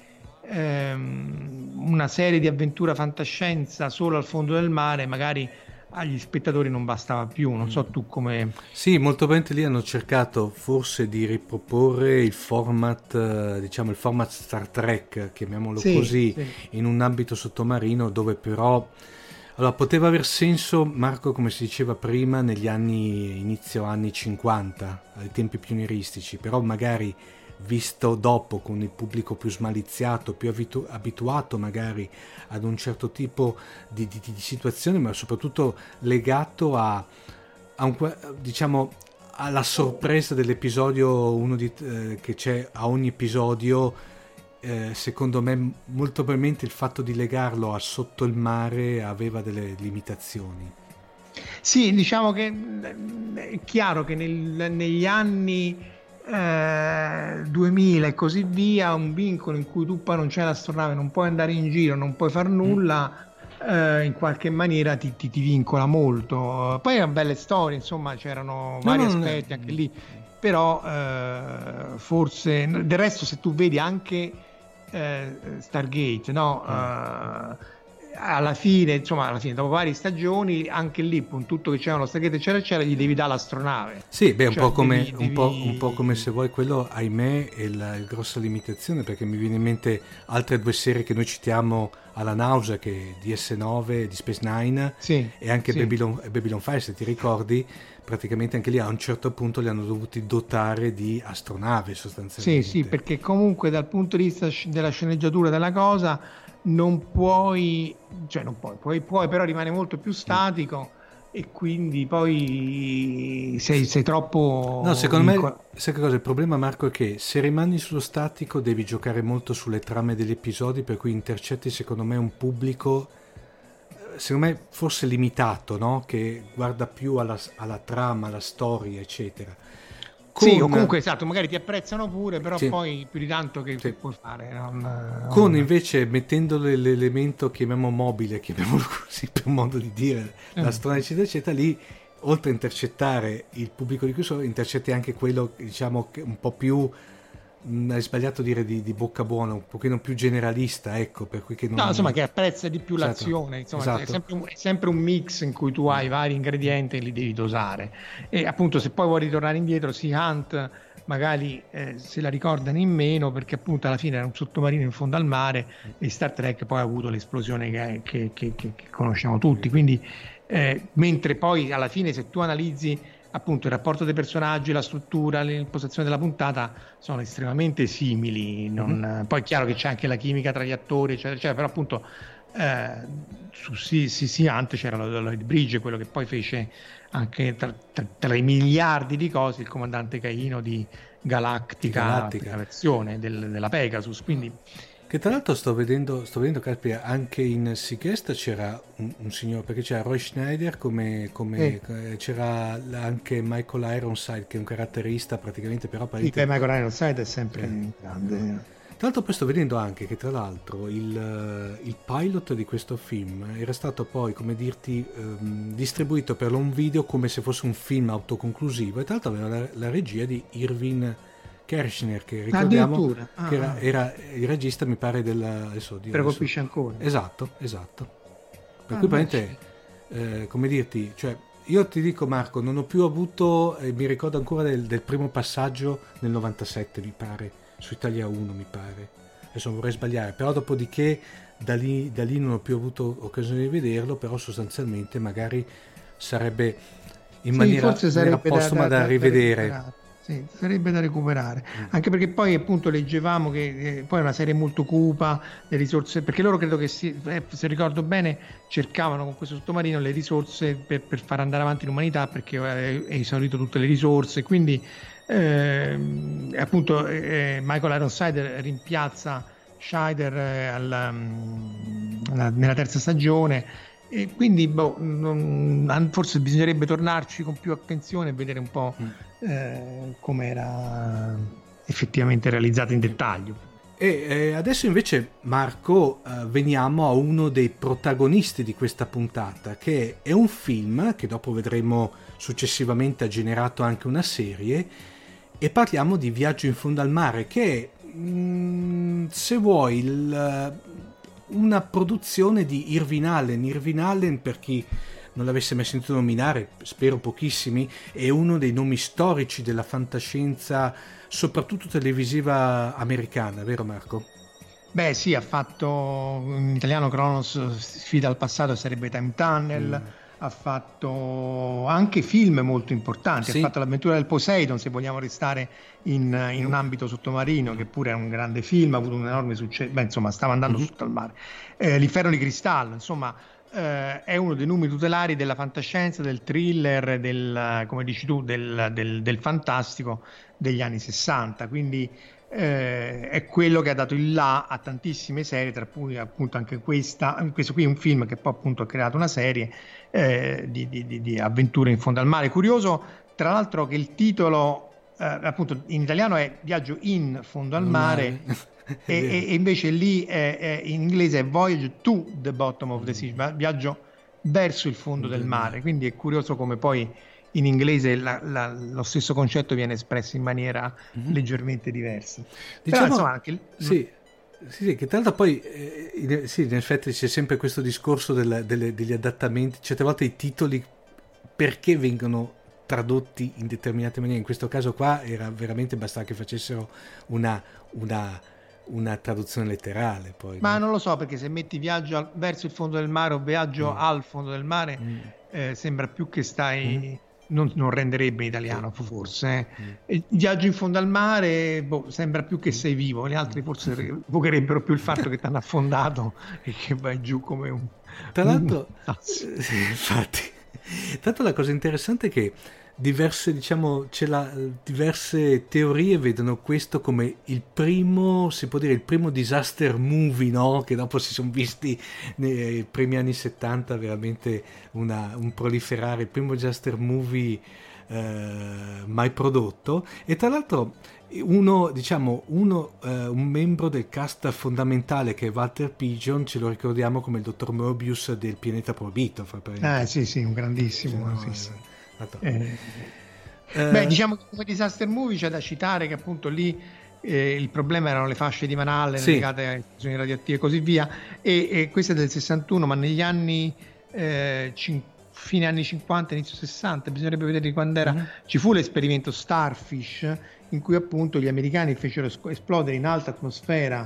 Speaker 5: ehm, una serie di avventura fantascienza solo al fondo del mare magari agli spettatori non bastava più. Non so tu come...
Speaker 4: Sì, molto bene, lì hanno cercato forse di riproporre il format, eh, diciamo il format Star Trek, chiamiamolo
Speaker 5: Sì,
Speaker 4: così,
Speaker 5: sì.
Speaker 4: in un ambito sottomarino dove però... Allora, poteva aver senso, Marco, come si diceva prima, negli anni, inizio anni cinquanta, ai tempi pionieristici, però magari visto dopo con il pubblico più smaliziato, più abitu- abituato magari ad un certo tipo di, di, di situazione, ma soprattutto legato a, a un, diciamo, alla sorpresa dell'episodio, uno di, eh, che c'è a ogni episodio. Eh, secondo me molto probabilmente il fatto di legarlo a sotto il mare aveva delle limitazioni.
Speaker 5: Sì, diciamo che mh, è chiaro che nel- negli anni eh, duemila e così via, un vincolo in cui tu poi non c'è l'astronave, non puoi andare in giro, non puoi far nulla, eh, in qualche maniera ti, ti- ti vincola molto. Poi erano belle storie, insomma, c'erano vari
Speaker 4: no, no,
Speaker 5: aspetti
Speaker 4: no.
Speaker 5: anche lì, però eh, forse del resto se tu vedi anche eh, Stargate, no? Eh, alla fine, insomma, alla fine, dopo varie stagioni, anche lì, con tutto che c'era lo Stargate, eccetera, eccetera, gli devi dare l'astronave.
Speaker 4: Sì, beh, un,
Speaker 5: Cioè,
Speaker 4: po come,
Speaker 5: devi-
Speaker 4: un, po',
Speaker 5: devi-
Speaker 4: un po' come se vuoi, quello ahimè è la, è grossa limitazione, perché mi viene in mente altre due serie che noi citiamo alla nausea, che è D S nove di Space Nine
Speaker 5: Sì,
Speaker 4: e anche
Speaker 5: sì.
Speaker 4: Babylon, Babylon five, se ti ricordi, praticamente anche lì a un certo punto li hanno dovuti dotare di astronave
Speaker 5: Sì,
Speaker 4: sostanzialmente.
Speaker 5: sì, perché comunque dal punto di vista sc- della sceneggiatura della cosa non puoi, cioè non puoi, puoi, puoi però rimane molto più statico e quindi poi sei, sei troppo...
Speaker 4: No, secondo me,
Speaker 5: vincol-
Speaker 4: sai che cosa? Il problema, Marco, è che se rimani sullo statico devi giocare molto sulle trame degli episodi, per cui intercetti, secondo me, un pubblico, eh, secondo me, forse limitato, no? Che guarda più alla, alla trama, alla storia, eccetera.
Speaker 5: Sì,
Speaker 4: Con-
Speaker 5: o comunque esatto, magari ti apprezzano pure, però
Speaker 4: Sì.
Speaker 5: poi più di tanto che,
Speaker 4: Sì.
Speaker 5: che puoi fare. non-
Speaker 4: Con
Speaker 5: non-
Speaker 4: invece mettendo le- l'elemento, chiamiamo mobile, chiamiamolo così per modo di dire,
Speaker 5: Eh.
Speaker 4: la storia eccetera eccetera, lì oltre a intercettare il pubblico di chiusura, intercetti anche quello, diciamo, che un po' più, mh, è sbagliato dire di, di bocca buona, un pochino più generalista, ecco, per cui che non...
Speaker 5: No, insomma, che apprezza di più
Speaker 4: Esatto.
Speaker 5: l'azione, insomma,
Speaker 4: Esatto.
Speaker 5: è, sempre un, è sempre un mix in cui tu hai vari ingredienti e li devi dosare. E appunto, se poi vuoi ritornare indietro, sì, Hunt magari eh, se la ricordano in meno, perché appunto alla fine era un sottomarino in fondo al mare, e Star Trek poi ha avuto l'esplosione che, che, che, che- che conosciamo tutti. Quindi, eh, mentre poi alla fine, se tu analizzi appunto il rapporto dei personaggi, la struttura, l'impostazione della puntata sono estremamente simili. Non- Poi è chiaro che c'è anche la chimica tra gli attori, eccetera, eccetera, però appunto eh, su sì, sì, sì, Hunt c'era Lloyd Bridge, quello che poi fece anche tra, tra- tra i miliardi di cose il comandante Caino di Galactica,
Speaker 4: Di Galactica.
Speaker 5: la versione del- della Pegasus. Quindi
Speaker 4: Che tra l'altro sto vedendo, sto vedendo caspita, anche in Sequest c'era un, un signore, perché c'era Roy Schneider, come, come eh, c'era anche Michael Ironside, che è un caratterista praticamente, però
Speaker 5: sì,
Speaker 4: apparentemente-
Speaker 5: per Michael Ironside è sempre grande.
Speaker 4: Tra l'altro poi sto vedendo anche che tra l'altro il, eh, il pilot di questo film era stato poi, come dirti, ehm, distribuito per un video come se fosse un film autoconclusivo, e tra l'altro aveva la, la regia di Irvin Kershner, che ricordiamo
Speaker 5: Addirittura? Ah,
Speaker 4: che era,
Speaker 5: ah.
Speaker 4: era il regista, mi pare, del... Adesso, di-
Speaker 5: Però
Speaker 4: adesso-
Speaker 5: colpisce ancora.
Speaker 4: Esatto, esatto. Per
Speaker 5: Ah,
Speaker 4: cui
Speaker 5: beh,
Speaker 4: praticamente, eh, come dirti, cioè, io ti dico, Marco, non ho più avuto, eh, mi ricordo ancora del, del primo passaggio nel novantasette, mi pare, su Italia uno, mi pare. Adesso non vorrei sbagliare, però dopodiché da lì, da lì non ho più avuto occasione di vederlo, però sostanzialmente magari sarebbe in
Speaker 5: Sì,
Speaker 4: maniera,
Speaker 5: forse
Speaker 4: in maniera
Speaker 5: sarebbe da-
Speaker 4: postuma
Speaker 5: da-
Speaker 4: da,
Speaker 5: da- da
Speaker 4: rivedere.
Speaker 5: recuperare. sì, sarebbe da recuperare, anche perché poi appunto leggevamo che eh, poi è una serie molto cupa, le risorse, perché loro credo che si, eh, se ricordo bene cercavano con questo sottomarino le risorse per, per far andare avanti l'umanità, perché è, è esaurito tutte le risorse, quindi eh, appunto eh, Michael Ironside rimpiazza Scheider eh, alla, alla, nella terza stagione. E quindi boh, non, forse bisognerebbe tornarci con più attenzione e vedere un po' eh, come era effettivamente realizzato in dettaglio.
Speaker 4: E eh, adesso invece, Marco, eh, veniamo a uno dei protagonisti di questa puntata, che è un film che dopo vedremo successivamente ha generato anche una serie, e parliamo di Viaggio in fondo al mare, che è, mh, se vuoi, il... una produzione di Irving Allen. Irving Allen, per chi non l'avesse mai sentito nominare, spero pochissimi, è uno dei nomi storici della fantascienza, soprattutto televisiva americana, vero Marco?
Speaker 5: Beh sì, ha fatto in italiano Cronos, Sfida al passato, sarebbe Time Tunnel, mm. ha fatto anche film molto importanti, sì. Ha fatto L'avventura del Poseidon, se vogliamo restare in, in un ambito sottomarino, che pure è un grande film, ha avuto un enorme successo, beh insomma stava andando mm-hmm. sotto al mare. Eh, L'Inferno di cristallo, insomma eh, è uno dei numeri tutelari della fantascienza, del thriller, del, come dici tu, del, del, del fantastico degli anni sessanta, quindi eh, è quello che ha dato il là a tantissime serie, tra cui appunto anche questa, questo qui è un film che poi appunto ha creato una serie eh, di, di, di avventure in fondo al mare. Curioso tra l'altro che il titolo eh, appunto in italiano è Viaggio in fondo al mare, e, e invece lì è, è, in inglese è Voyage to the Bottom of the Sea, viaggio verso il fondo del mare, quindi è curioso come poi in inglese la, la, lo stesso concetto viene espresso in maniera mm-hmm. leggermente diversa.
Speaker 4: Diciamo,
Speaker 5: però, insomma, anche...
Speaker 4: sì, sì, sì, che tra l'altro poi eh, in, sì, in effetti c'è sempre questo discorso del, delle, degli adattamenti, certe volte i titoli perché vengono tradotti in determinate maniere. In questo caso qua era veramente, bastava che facessero una, una, una traduzione letterale poi,
Speaker 5: ma
Speaker 4: no?
Speaker 5: Non lo so, perché se metti viaggio al, verso il fondo del mare o viaggio mm. al fondo del mare mm. eh, sembra più che stai mm. Non, non renderebbe in italiano forse eh. mm. Viaggio in fondo al mare boh, sembra più che sei vivo, gli altri forse evocherebbero più il fatto che ti hanno affondato e che vai giù come un
Speaker 4: tra l'altro un... sì, infatti tra l'altro la cosa interessante è che diverse diciamo c'è la, diverse teorie vedono questo come il primo, si può dire il primo disaster movie, no? Che dopo si sono visti nei primi anni settanta veramente una, un proliferare, il primo disaster movie eh, mai prodotto. E tra l'altro uno diciamo uno eh, un membro del cast fondamentale, che è Walter Pigeon, ce lo ricordiamo come il dottor Mobius del Pianeta Proibito, fra
Speaker 5: ah sì sì un grandissimo no, sì, sì. Eh,
Speaker 4: eh,
Speaker 5: beh, diciamo che come disaster movie c'è da citare che appunto lì eh, il problema erano le fasce di Van Allen sì. legate alle esplosioni radioattive e così via, e, e questo è del sessantuno, ma negli anni eh, cin- fine anni cinquanta, inizio sessanta, bisognerebbe vedere di quando era, mm-hmm. ci fu l'esperimento Starfish, in cui appunto gli americani fecero esplodere in alta atmosfera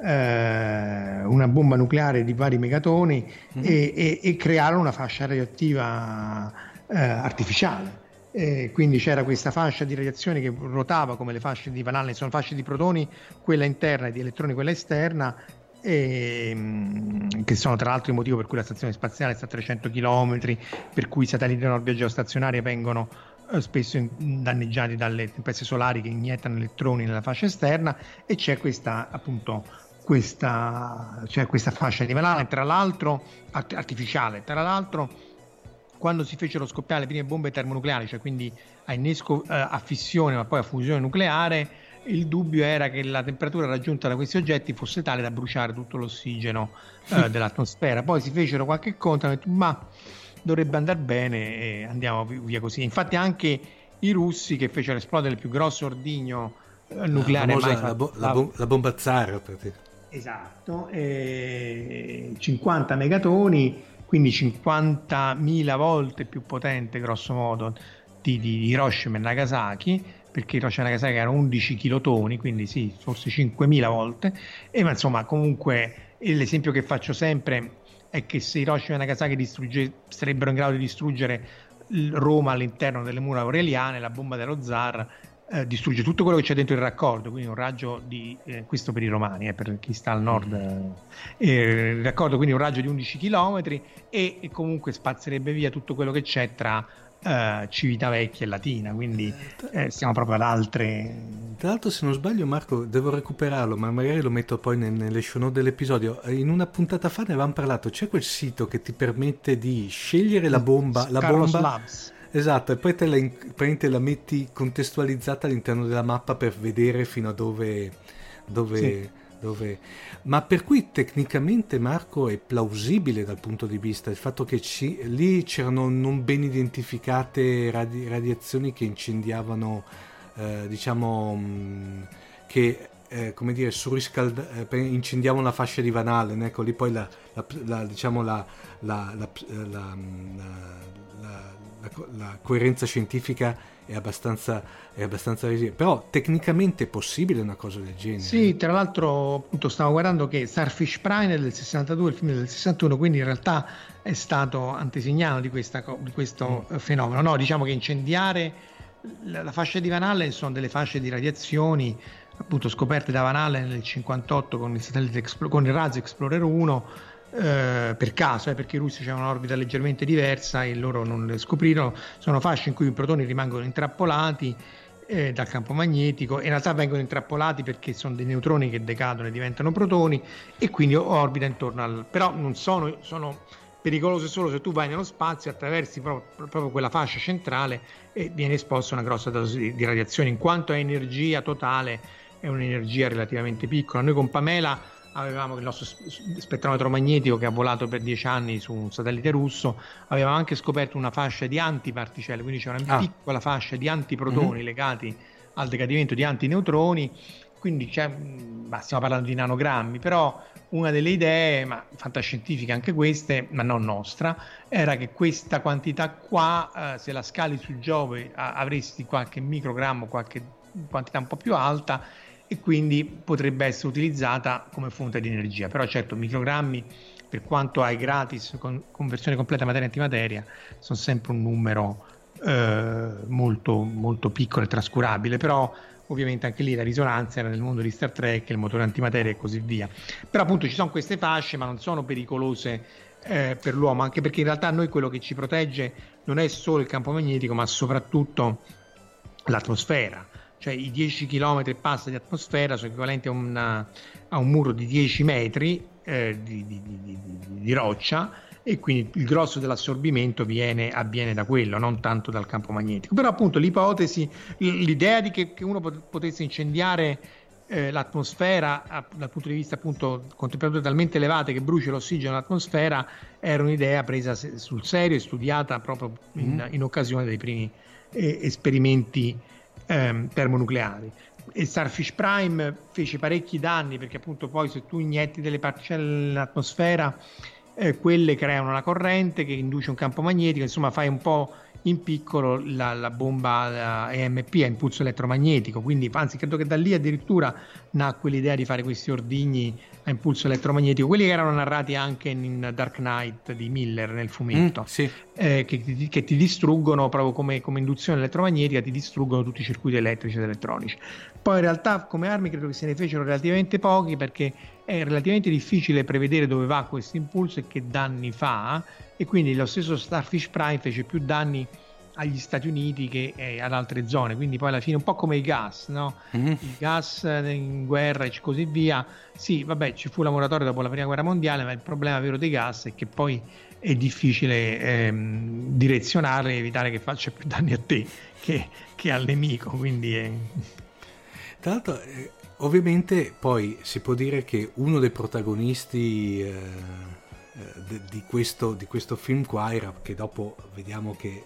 Speaker 5: eh, una bomba nucleare di vari megatoni mm-hmm. e, e, e crearono una fascia radioattiva Eh, artificiale, eh, quindi c'era questa fascia di radiazione che ruotava come le fasce di Van Allen, sono fasce di protoni quella interna e di elettroni quella esterna, e, mh, che sono tra l'altro il motivo per cui la stazione spaziale sta a trecento chilometri, per cui i satelliti orbi geostazionari vengono eh, spesso in, danneggiati dalle tempeste solari che iniettano elettroni nella fascia esterna, e c'è questa appunto questa, cioè questa fascia di Van Allen, tra l'altro art- artificiale, tra l'altro quando si fecero scoppiare le prime bombe termonucleari, cioè quindi a innesco eh, a fissione ma poi a fusione nucleare, il dubbio era che la temperatura raggiunta da questi oggetti fosse tale da bruciare tutto l'ossigeno eh, dell'atmosfera. Poi si fecero qualche conto e hanno detto ma dovrebbe andare bene e andiamo via così. Infatti anche i russi, che fecero esplodere il più grosso ordigno eh, nucleare
Speaker 4: la
Speaker 5: mai
Speaker 4: fatto, la, bo- la, bo- la bomba zar,
Speaker 5: esatto, eh, cinquanta megatoni, quindi cinquantamila volte più potente grosso modo di, di Hiroshima e Nagasaki, perché Hiroshima e Nagasaki erano undici kilotoni, quindi sì, forse cinquemila volte, e ma insomma comunque l'esempio che faccio sempre è che se Hiroshima e Nagasaki distrugge, sarebbero in grado di distruggere Roma all'interno delle mura aureliane, la bomba dello zar eh, distrugge tutto quello che c'è dentro il raccordo, quindi un raggio di, eh, questo per i romani, eh, per chi sta al nord, eh, il raccordo, quindi un raggio di undici chilometri e, e comunque spazzerebbe via tutto quello che c'è tra Uh, Civitavecchia e Latina, quindi eh, stiamo proprio ad altre.
Speaker 4: Tra l'altro, se non sbaglio, Marco, devo recuperarlo, ma magari lo metto poi nel, nelle show note dell'episodio. In una puntata fa ne avevamo parlato, c'è quel sito che ti permette di scegliere la bomba, la bomba
Speaker 5: Labs.
Speaker 4: Esatto, e poi te la, te la metti contestualizzata all'interno della mappa per vedere fino a dove dove, sì. dove... Ma per cui tecnicamente, Marco, è plausibile dal punto di vista il fatto che ci, lì c'erano non ben identificate radi, radiazioni che incendiavano, eh, diciamo, mh, che eh, come dire, surriscalda, eh, incendiavano la fascia di Van Allen, ecco, lì poi la, la, la diciamo la la, la, la, la, la, la coerenza scientifica è abbastanza è abbastanza resiliente, però tecnicamente è possibile una cosa del genere.
Speaker 5: Sì, tra l'altro appunto stavo guardando che Starfish Prime è del sessantadue, il film è del sessantuno, quindi in realtà è stato antesignano di, questa, di questo mm. fenomeno. No, diciamo che incendiare la, la fascia di Van Allen sono delle fasce di radiazioni appunto scoperte da Van Allen nel cinquantotto con il satellite Explo- con il razzo Explorer uno, eh, per caso, eh, perché i russi c'erano un'orbita leggermente diversa e loro non le scoprirono. Sono fasce in cui i protoni rimangono intrappolati eh, dal campo magnetico, e in realtà vengono intrappolati perché sono dei neutroni che decadono e diventano protoni, e quindi orbita intorno al... però non sono, sono pericolose solo se tu vai nello spazio, attraversi proprio, proprio quella fascia centrale e viene esposto a una grossa dose di, di radiazione. In quanto a energia totale è un'energia relativamente piccola. Noi con Pamela avevamo il nostro spettrometro magnetico che ha volato per dieci anni su un satellite russo, avevamo anche scoperto una fascia di antiparticelle, quindi c'è una ah. piccola fascia di antiprotoni mm-hmm. legati al decadimento di antineutroni, quindi c'è, ma stiamo parlando di nanogrammi, però una delle idee, ma fantascientifiche anche queste, ma non nostra, era che questa quantità qua, eh, se la scali su Giove, a, avresti qualche microgrammo, qualche quantità un po' più alta, e quindi potrebbe essere utilizzata come fonte di energia. Però certo, microgrammi, per quanto hai gratis con conversione completa materia-antimateria, sono sempre un numero eh, molto, molto piccolo e trascurabile, però ovviamente anche lì la risonanza era nel mondo di Star Trek, il motore antimateria e così via. Però appunto ci sono queste fasce, ma non sono pericolose eh, per l'uomo, anche perché in realtà noi quello che ci protegge non è solo il campo magnetico, ma soprattutto l'atmosfera. Cioè i dieci chilometri e passa di atmosfera sono equivalenti a, una, a un muro di dieci metri eh, di, di, di, di, di roccia, e quindi il grosso dell'assorbimento viene, avviene da quello, non tanto dal campo magnetico. Però appunto l'ipotesi, l'idea di che, che uno potesse incendiare eh, l'atmosfera a, dal punto di vista appunto con temperature talmente elevate che bruci l'ossigeno nell'atmosfera era un'idea presa sul serio e studiata proprio in, mm. in occasione dei primi eh, esperimenti Ehm, termonucleari. E Starfish Prime fece parecchi danni, perché appunto poi se tu inietti delle particelle nell'atmosfera, eh, quelle creano una corrente che induce un campo magnetico, insomma fai un po' in piccolo la, la bomba la E M P a impulso elettromagnetico, quindi anzi credo che da lì addirittura nacque l'idea di fare questi ordigni a impulso elettromagnetico, quelli che erano narrati anche in Dark Knight di Miller nel fumetto, mm, sì. eh, che, ti, che ti distruggono proprio come, come induzione elettromagnetica, ti distruggono tutti i circuiti elettrici ed elettronici. Poi in realtà come armi credo che se ne fecero relativamente pochi, perché è relativamente difficile prevedere dove va questo impulso e che danni fa, e quindi lo stesso Starfish Prime fece più danni agli Stati Uniti che eh, ad altre zone, quindi poi alla fine un po' come i gas, no? Mm-hmm. Il gas in guerra e così via. Sì, vabbè, ci fu la moratoria dopo la prima guerra mondiale, ma il problema vero dei gas è che poi è difficile ehm, direzionarli e evitare che faccia più danni a te che, che al nemico, quindi è...
Speaker 4: Tra l'altro eh, ovviamente poi si può dire che uno dei protagonisti eh, eh, di, questo, di questo film qua era, che dopo vediamo che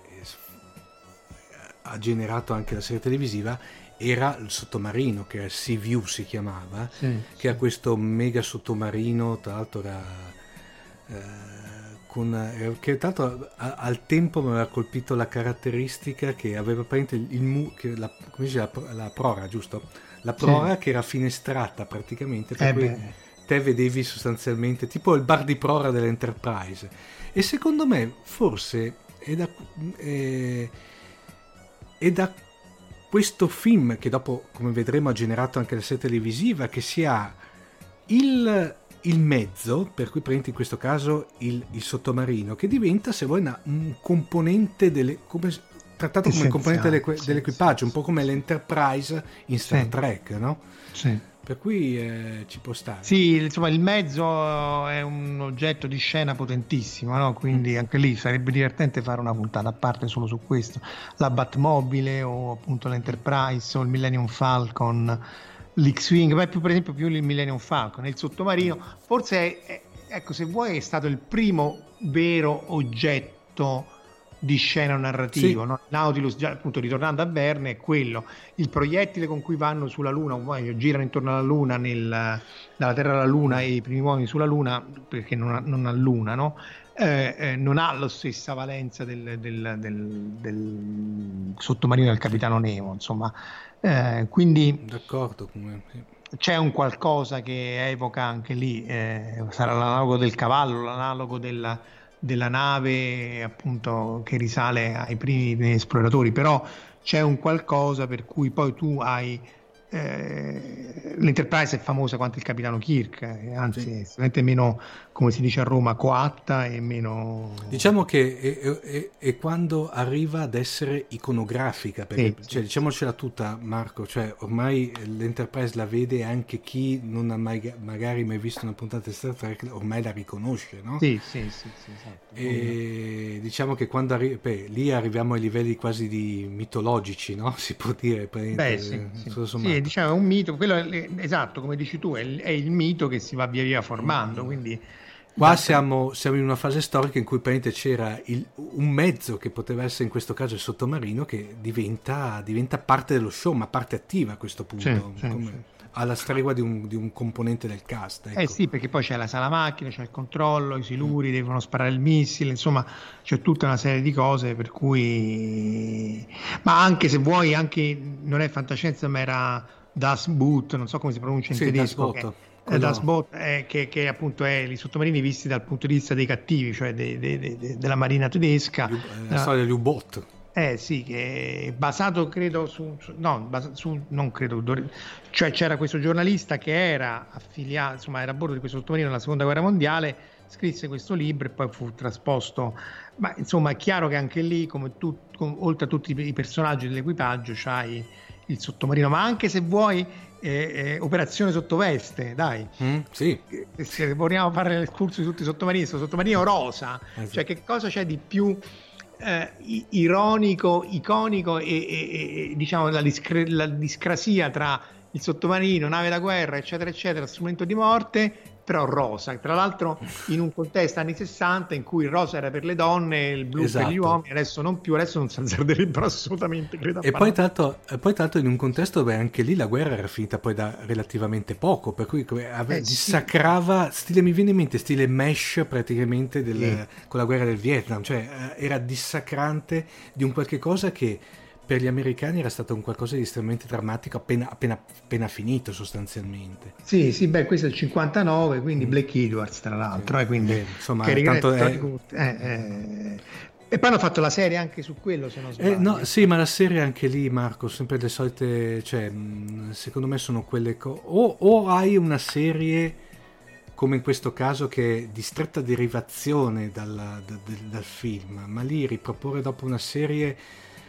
Speaker 4: ha generato anche la serie televisiva, era il sottomarino, che era Sea-View si chiamava, sì, che sì. È questo mega sottomarino, tra l'altro era, eh, con, eh, che tra l'altro a, al tempo mi aveva colpito la caratteristica che aveva praticamente il, il che la, come si dice, la, la prora, giusto? La prora sì. Che era finestrata praticamente, per eh cui beh. te vedevi sostanzialmente tipo il bar di prora dell'Enterprise, e secondo me forse è da... È, E da questo film, che dopo, come vedremo, ha generato anche la serie televisiva, che sia il, il mezzo, per cui prendi in questo caso il, il sottomarino, che diventa, se vuoi, una, un componente delle... come trattato come componente delle, sì, dell'equipaggio, sì, un po' come l'Enterprise in Star sì. Trek, no?
Speaker 5: Sì.
Speaker 4: Per cui eh, ci può stare.
Speaker 5: Sì, insomma, il mezzo è un oggetto di scena potentissimo, no? Quindi mm. anche lì sarebbe divertente fare una puntata a parte solo su questo. La Batmobile o appunto l'Enterprise o il Millennium Falcon, l'X-Wing, ma più per esempio più il Millennium Falcon, il sottomarino. Mm. Forse, è, è, ecco, se vuoi, è stato il primo vero oggetto di scena narrativo, sì. no? Nautilus, già appunto ritornando a Verne, è quello, il proiettile con cui vanno sulla Luna, o girano intorno alla Luna, nel, dalla Terra alla Luna, e i primi uomini sulla Luna, perché non ha, non ha Luna, no? Eh, eh, non ha la stessa valenza del, del, del, del sottomarino del Capitano Nemo, insomma, eh, quindi
Speaker 4: d'accordo come...
Speaker 5: c'è un qualcosa che evoca anche lì, eh, sarà l'analogo del cavallo, l'analogo della della nave, appunto, che risale ai primi esploratori, però c'è un qualcosa per cui poi tu hai eh, l'Enterprise è famosa quanto il Capitano Kirk, eh, anzi sì. è sicuramente meno, come si dice a Roma, coatta e meno,
Speaker 4: diciamo che è, è, è quando arriva ad essere iconografica, perché sì, cioè, sì, diciamocela tutta, Marco, cioè ormai l'Enterprise la vede anche chi non ha mai, magari mai visto una puntata di Star Trek, ormai la riconosce, no?
Speaker 5: Sì, sì, sì, sì, esatto.
Speaker 4: E diciamo che quando arri- beh, lì arriviamo ai livelli quasi di mitologici, no? Si può dire.
Speaker 5: Beh, sì, sì. sì, diciamo è un mito, quello è, esatto, come dici tu, è il, è il mito che si va via via formando, quindi
Speaker 4: qua siamo, siamo in una fase storica in cui c'era il, un mezzo che poteva essere in questo caso il sottomarino, che diventa, diventa parte dello show, ma parte attiva a questo punto,
Speaker 5: sì,
Speaker 4: come,
Speaker 5: sì, sì.
Speaker 4: alla stregua di un, di un componente del cast, ecco.
Speaker 5: Eh sì, perché poi c'è la sala macchina, c'è il controllo, i siluri mm. devono sparare il missile, insomma c'è tutta una serie di cose per cui, ma anche se vuoi, anche non è fantascienza, ma era Das Boot, non so come si pronuncia in
Speaker 4: sì,
Speaker 5: tedesco,
Speaker 4: Das
Speaker 5: che, Das Boot, eh, che, che appunto è i sottomarini visti dal punto di vista dei cattivi, cioè de, de, de, de, della marina tedesca,
Speaker 4: la storia degli U-Boot.
Speaker 5: Eh sì, che è basato credo su, su no, basato su, non credo, cioè c'era questo giornalista che era affiliato, insomma era a bordo di questo sottomarino nella seconda guerra mondiale, scrisse questo libro e poi fu trasposto, ma insomma è chiaro che anche lì, come tu, com, oltre a tutti i personaggi dell'equipaggio, c'hai il sottomarino, ma anche se vuoi eh, eh, operazione sottoveste, dai,
Speaker 4: mm, sì.
Speaker 5: eh, se vogliamo fare l'escurso di tutti i sottomarini, questo sottomarino rosa, esatto. Cioè che cosa c'è di più Eh, ironico, iconico e, e, e diciamo la, discre- la discrasia tra il sottomarino, nave da guerra, eccetera eccetera, strumento di morte, però rosa, tra l'altro in un contesto anni sessanta in cui il rosa era per le donne, il blu esatto. per gli uomini, adesso non più, adesso non si azzarderebbero assolutamente, credo.
Speaker 4: E poi tanto, poi tanto in un contesto dove anche lì la guerra era finita poi da relativamente poco, per cui eh, dissacrava, sì. stile, mi viene in mente stile Mesh praticamente del, sì. con la guerra del Vietnam, cioè era dissacrante di un qualche cosa che per gli americani era stato un qualcosa di estremamente drammatico appena, appena, appena finito sostanzialmente.
Speaker 5: Sì, sì, beh, questo è il cinquantanove, quindi mm. Black Edwards tra l'altro, sì. eh, quindi
Speaker 4: eh, insomma,
Speaker 5: che
Speaker 4: tanto è...
Speaker 5: eh, eh, e poi hanno fatto la serie anche su quello, se non sbaglio.
Speaker 4: Eh, no, sì, ma la serie anche lì, Marco, sempre le solite, cioè, secondo me sono quelle co- o, o hai una serie come in questo caso che è di stretta derivazione dalla, da, da, dal film, ma lì riproporre dopo una serie,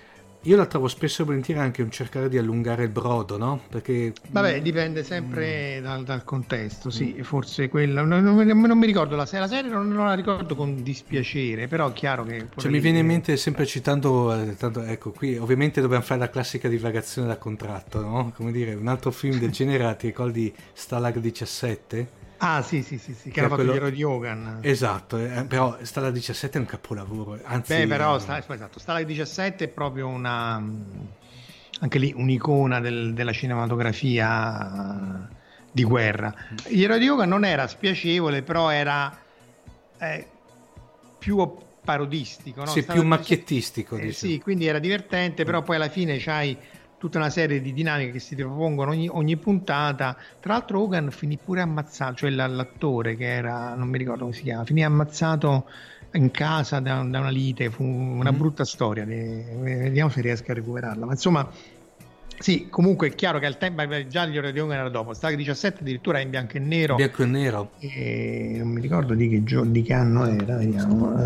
Speaker 4: io la trovo spesso e volentieri anche un cercare di allungare il brodo, no? Perché
Speaker 5: vabbè, dipende sempre mm. dal, dal contesto, sì, mm. forse quella non, non, non mi ricordo la serie, la serie non, non la ricordo con dispiacere, però è chiaro che
Speaker 4: cioè, mi viene in mente sempre citando eh, tanto, ecco, qui ovviamente dobbiamo fare la classica divagazione da contratto, no? Come dire, un altro film del genere, ti ricordi Stalag diciassette?
Speaker 5: Ah sì sì sì, sì che, che era fatto quello... l'eroe di Hogan.
Speaker 4: Esatto, eh, però Stalag diciassette è un capolavoro, anzi
Speaker 5: beh però sta, esatto, Stalag diciassette è proprio una, anche lì un'icona del, della cinematografia di guerra. Gli eroi di Hogan non era spiacevole, però era eh, più parodistico, no?
Speaker 4: Sì, più macchiettistico,
Speaker 5: eh,
Speaker 4: diciamo.
Speaker 5: Sì, quindi era divertente, però poi alla fine c'hai tutta una serie di dinamiche che si ripropongono ogni, ogni puntata. Tra l'altro Hogan finì pure ammazzato, cioè l'attore che era, non mi ricordo come si chiama, finì ammazzato in casa da, da una lite, fu una mm. brutta storia, vediamo se riesco a recuperarla, ma insomma Sì, comunque è chiaro che al tempo già gli ore di Owen era dopo, Stalag diciassette addirittura è in bianco e nero.
Speaker 4: Bianco e nero.
Speaker 5: E non mi ricordo di che, gio- di che anno era, vediamo.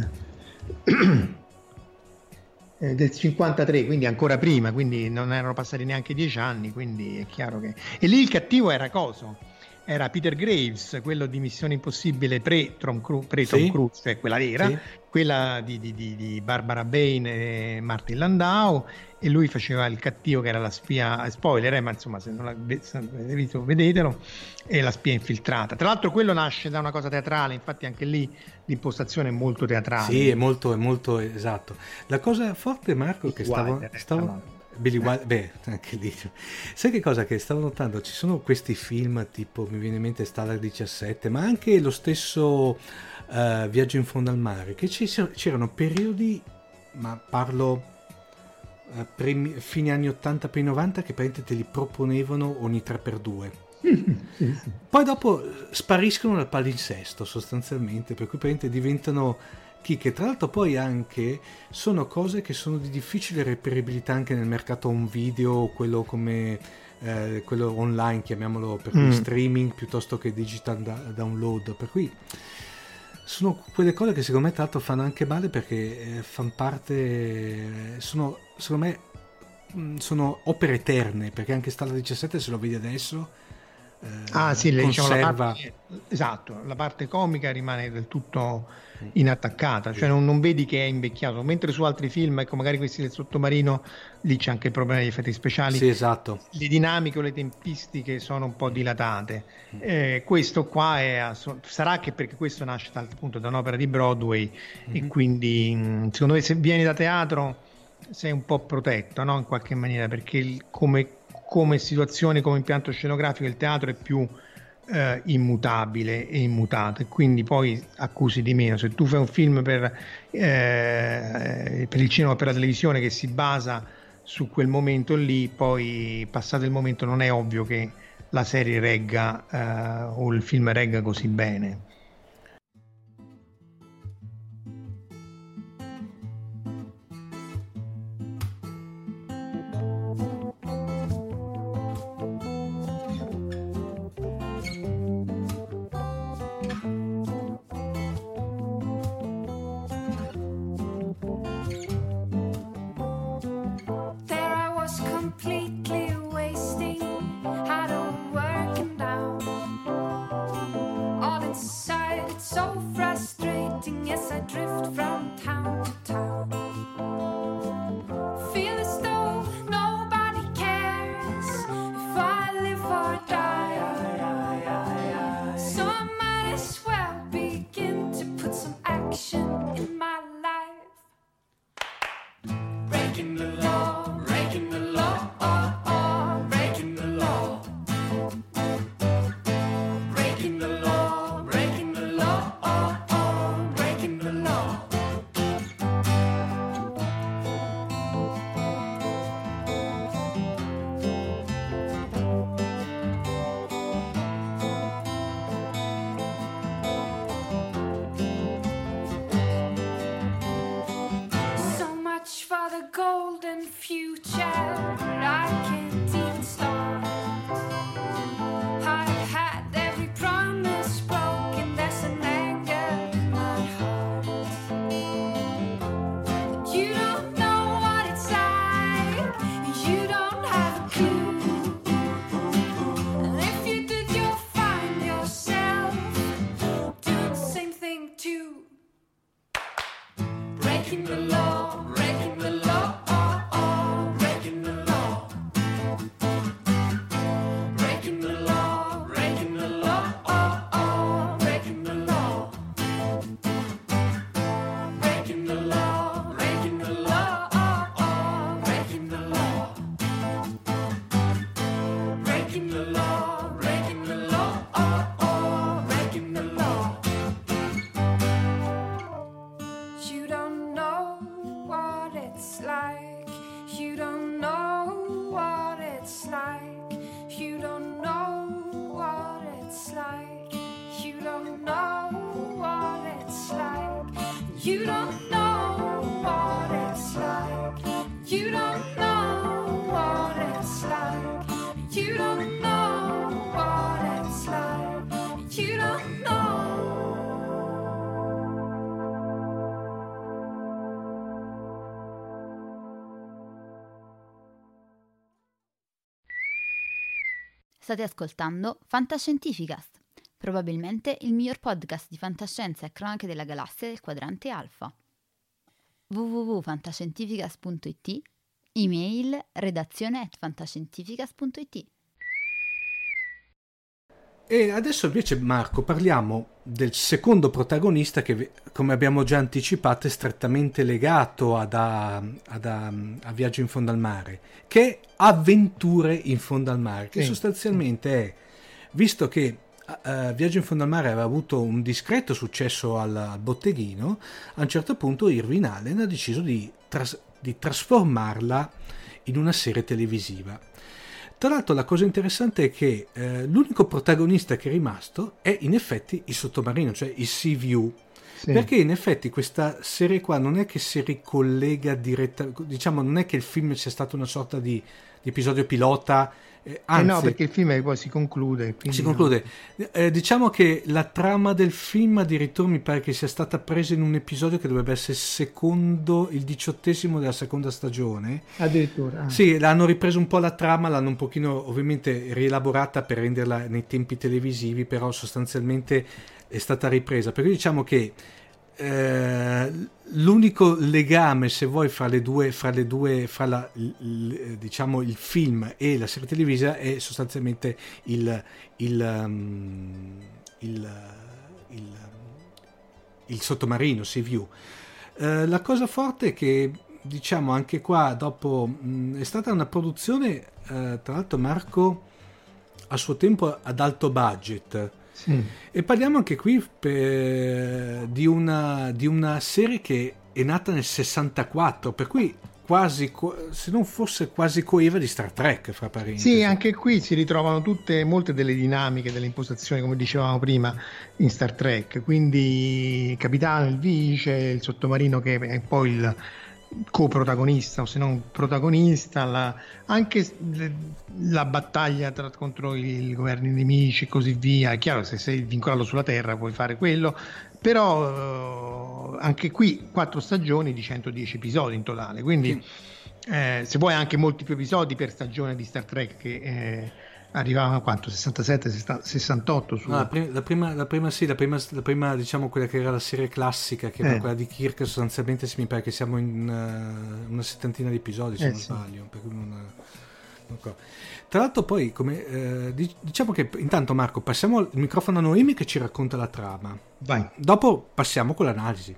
Speaker 5: Eh, del cinquantatré, quindi ancora prima, quindi non erano passati neanche dieci anni, quindi è chiaro che... E lì il cattivo era coso? Era Peter Graves, quello di Missione Impossibile pre-Tom Cruise, pre-Tom
Speaker 4: Sì.
Speaker 5: Cruise, cioè quella vera,
Speaker 4: Sì.
Speaker 5: quella di, di, di, di Barbara Bain e Martin Landau, e lui faceva il cattivo che era la spia, spoiler, eh, ma insomma se non l'avete visto vedetelo, è la spia infiltrata. Tra l'altro quello nasce da una cosa teatrale, infatti anche lì l'impostazione è molto teatrale.
Speaker 4: Sì, è molto, è molto esatto. La cosa forte, Marco,
Speaker 5: Billy
Speaker 4: che stavo...
Speaker 5: Wilder,
Speaker 4: stavo... Billy Wilder, beh, anche lì. Sai che cosa che stavo notando? Ci sono questi film tipo, mi viene in mente Stalag diciassette, ma anche lo stesso uh, Viaggio in fondo al mare, che ci, c'erano periodi, ma parlo uh, primi, fine anni ottanta, primi novanta, che praticamente te li proponevano ogni tre per due. Poi dopo spariscono dal palinsesto sostanzialmente, per cui praticamente diventano... che tra l'altro poi anche sono cose che sono di difficile reperibilità anche nel mercato home video, quello come eh, quello online, chiamiamolo, per cui mm. streaming piuttosto che digital da- download, per cui sono quelle cose che secondo me tra l'altro fanno anche male, perché eh, fanno parte, sono secondo me mh, sono opere eterne, perché anche Stalag diciassette, se lo vedi adesso, eh,
Speaker 5: ah sì, le, diciamo,
Speaker 4: conserva...
Speaker 5: la parte, esatto, la parte comica rimane del tutto inattaccata, cioè non, non vedi che è invecchiato, mentre su altri film, ecco, magari questi del sottomarino, lì c'è anche il problema degli effetti speciali,
Speaker 4: sì, esatto,
Speaker 5: le dinamiche o le tempistiche sono un po' dilatate. Eh, questo qua è sarà che perché questo nasce dal, appunto da un'opera di Broadway, mm-hmm. e quindi secondo me se vieni da teatro sei un po' protetto, no? In qualche maniera, perché il, come, come situazione, come impianto scenografico, il teatro è più Uh, immutabile e immutato, e quindi poi accusi di meno. Se tu fai un film per, eh, per il cinema o per la televisione che si basa su quel momento lì, poi passato il momento non è ovvio che la serie regga uh, o il film regga così bene.
Speaker 6: Breaking the law, breaking the law, oh, oh, breaking the law.
Speaker 3: State ascoltando Fantascientificast, probabilmente il miglior podcast di fantascienza e cronache della galassia del quadrante alfa. w w w punto fantascientificast punto i t, email redazione at fantascientificast punto i t.
Speaker 4: E adesso invece, Marco, parliamo del secondo protagonista che, come abbiamo già anticipato, è strettamente legato ad a, ad a, a Viaggio in fondo al mare, che è Avventure in fondo al mare, che sì. sostanzialmente è, visto che uh, Viaggio in fondo al mare aveva avuto un discreto successo al, al botteghino, a un certo punto Irving Allen ha deciso di, tras- di trasformarla in una serie televisiva. Tra l'altro la cosa interessante è che eh, l'unico protagonista che è rimasto è in effetti il sottomarino, cioè il Seaview, sì. Perché in effetti questa serie qua non è che si ricollega direttamente, diciamo non è che il film sia stato una sorta di, di episodio pilota, eh, anzi,
Speaker 5: eh no, perché il film poi si conclude.
Speaker 4: Si conclude. No. Eh, diciamo che la trama del film addirittura mi pare che sia stata presa in un episodio che dovrebbe essere secondo, il diciottesimo della seconda stagione.
Speaker 5: Addirittura. Ah.
Speaker 4: Sì, l'hanno ripreso un po' la trama, l'hanno un pochino ovviamente rielaborata per renderla nei tempi televisivi, però sostanzialmente è stata ripresa. Perché diciamo che eh, l'unico legame, se vuoi, fra le due, fra le due, fra la, il, diciamo il film e la serie televisiva è sostanzialmente il il, um, il, il, il sottomarino Seaview. Eh, la cosa forte è che, diciamo, anche qua dopo mh, è stata una produzione, eh, tra l'altro, Marco, a suo tempo ad alto budget. Sì. E parliamo anche qui per, di, una, di una serie che è nata nel sessantaquattro, per cui quasi, se non fosse quasi coeva di Star Trek, fra parentesi.
Speaker 5: Sì, anche qui si ritrovano tutte molte delle dinamiche, delle impostazioni, come dicevamo prima, in Star Trek. Quindi il capitano, il vice, il sottomarino che è poi il coprotagonista o se non protagonista, la, anche la battaglia tra, contro i governi nemici e così via. È chiaro, se sei vincolato sulla terra puoi fare quello, però eh, anche qui quattro stagioni di centodieci episodi in totale, quindi sì. eh, se vuoi anche molti più episodi per stagione di Star Trek che eh, arrivava a quanto? sessantasette sessantotto su...
Speaker 4: no, la, prima, la, prima, la prima sì la prima, la prima diciamo quella che era la serie classica, che era eh. quella di Kirk, sostanzialmente mi pare che siamo in uh, una settantina di episodi, se eh, non sì. sbaglio, per cui non, non tra l'altro poi come eh, diciamo che intanto, Marco, passiamo il microfono a Noemi che ci racconta la trama.
Speaker 5: Vai.
Speaker 4: Dopo passiamo con l'analisi.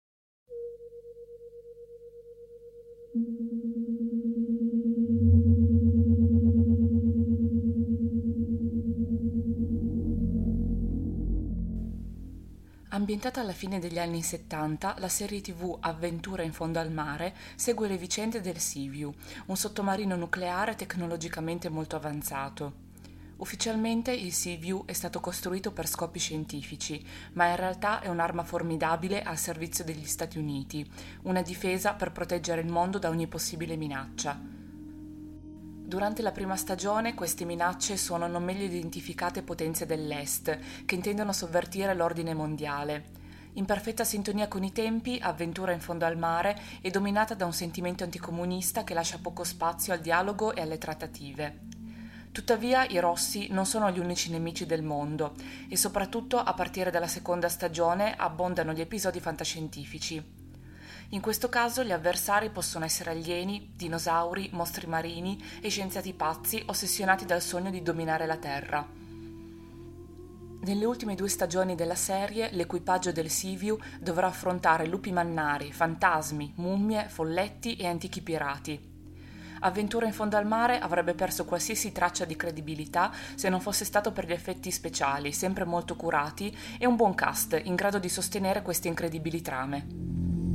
Speaker 6: Ambientata alla fine degli anni settanta, la serie tivù Avventure in fondo al mare segue le vicende del Seaview, un sottomarino nucleare tecnologicamente molto avanzato. Ufficialmente il Seaview è stato costruito per scopi scientifici, ma in realtà è un'arma formidabile al servizio degli Stati Uniti, una difesa per proteggere il mondo da ogni possibile minaccia. Durante la prima stagione queste minacce sono non meglio identificate potenze dell'Est, che intendono sovvertire l'ordine mondiale. In perfetta sintonia con i tempi, Avventura in fondo al mare è dominata da un sentimento anticomunista che lascia poco spazio al dialogo e alle trattative. Tuttavia i Rossi non sono gli unici nemici del mondo e soprattutto a partire dalla seconda stagione abbondano gli episodi fantascientifici. In questo caso gli avversari possono essere alieni, dinosauri, mostri marini e scienziati pazzi ossessionati dal sogno di dominare la Terra. Nelle ultime due stagioni della serie, l'equipaggio del Seaview dovrà affrontare lupi mannari, fantasmi, mummie, folletti e antichi pirati. Avventura in fondo al mare avrebbe perso qualsiasi traccia di credibilità se non fosse stato per gli effetti speciali, sempre molto curati, e un buon cast in grado di sostenere queste incredibili trame.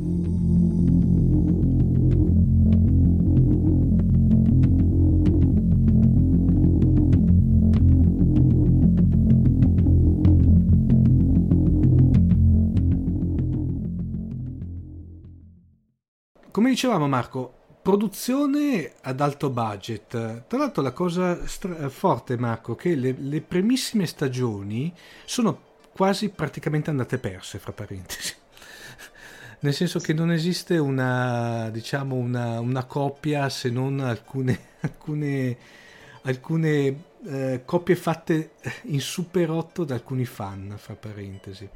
Speaker 4: Come dicevamo, Marco, produzione ad alto budget. Tra l'altro la cosa stra- forte, Marco, che le, le primissime stagioni sono quasi praticamente andate perse, fra parentesi. Nel senso che non esiste una, diciamo, una, una coppia, se non alcune, alcune, alcune eh, copie fatte in Super otto da alcuni fan, fra parentesi.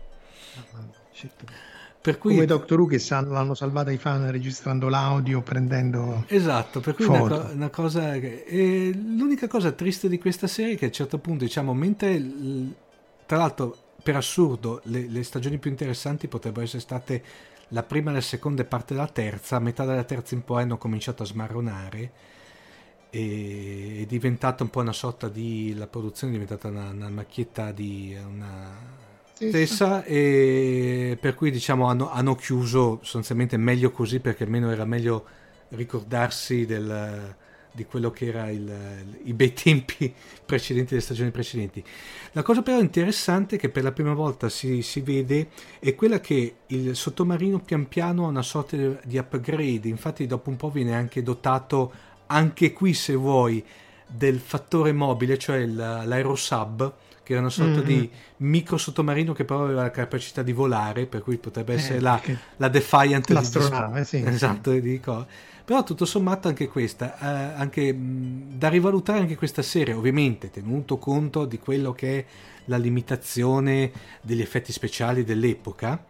Speaker 4: Per cui,
Speaker 5: come Doctor Who, che l'hanno salvata i fan registrando l'audio, prendendo
Speaker 4: esatto, per cui
Speaker 5: foto.
Speaker 4: Una, una cosa che, e l'unica cosa triste di questa serie è che a un certo punto, diciamo, mentre tra l'altro per assurdo le, le stagioni più interessanti potrebbero essere state la prima, la seconda e parte della terza, a metà della terza in poi hanno cominciato a smarronare e è diventata un po' una sorta di, la produzione è diventata una, una macchietta di una stessa, e per cui diciamo hanno, hanno chiuso sostanzialmente meglio così, perché almeno era meglio ricordarsi del, di quello che era il, i bei tempi precedenti, delle stagioni precedenti. La cosa però interessante che per la prima volta si, si vede è quella che il sottomarino pian piano ha una sorta di upgrade, infatti dopo un po' viene anche dotato anche qui, se vuoi, del fattore mobile, cioè il, l'aerosub, che era una sorta mm-hmm. di micro sottomarino che però aveva la capacità di volare, per cui potrebbe essere eh, la, la Defiant,
Speaker 5: l'astronave,
Speaker 4: di,
Speaker 5: sì,
Speaker 4: esatto,
Speaker 5: sì.
Speaker 4: Dico. Però tutto sommato anche questa, eh, anche mh, da rivalutare anche questa serie, ovviamente tenuto conto di quello che è la limitazione degli effetti speciali dell'epoca.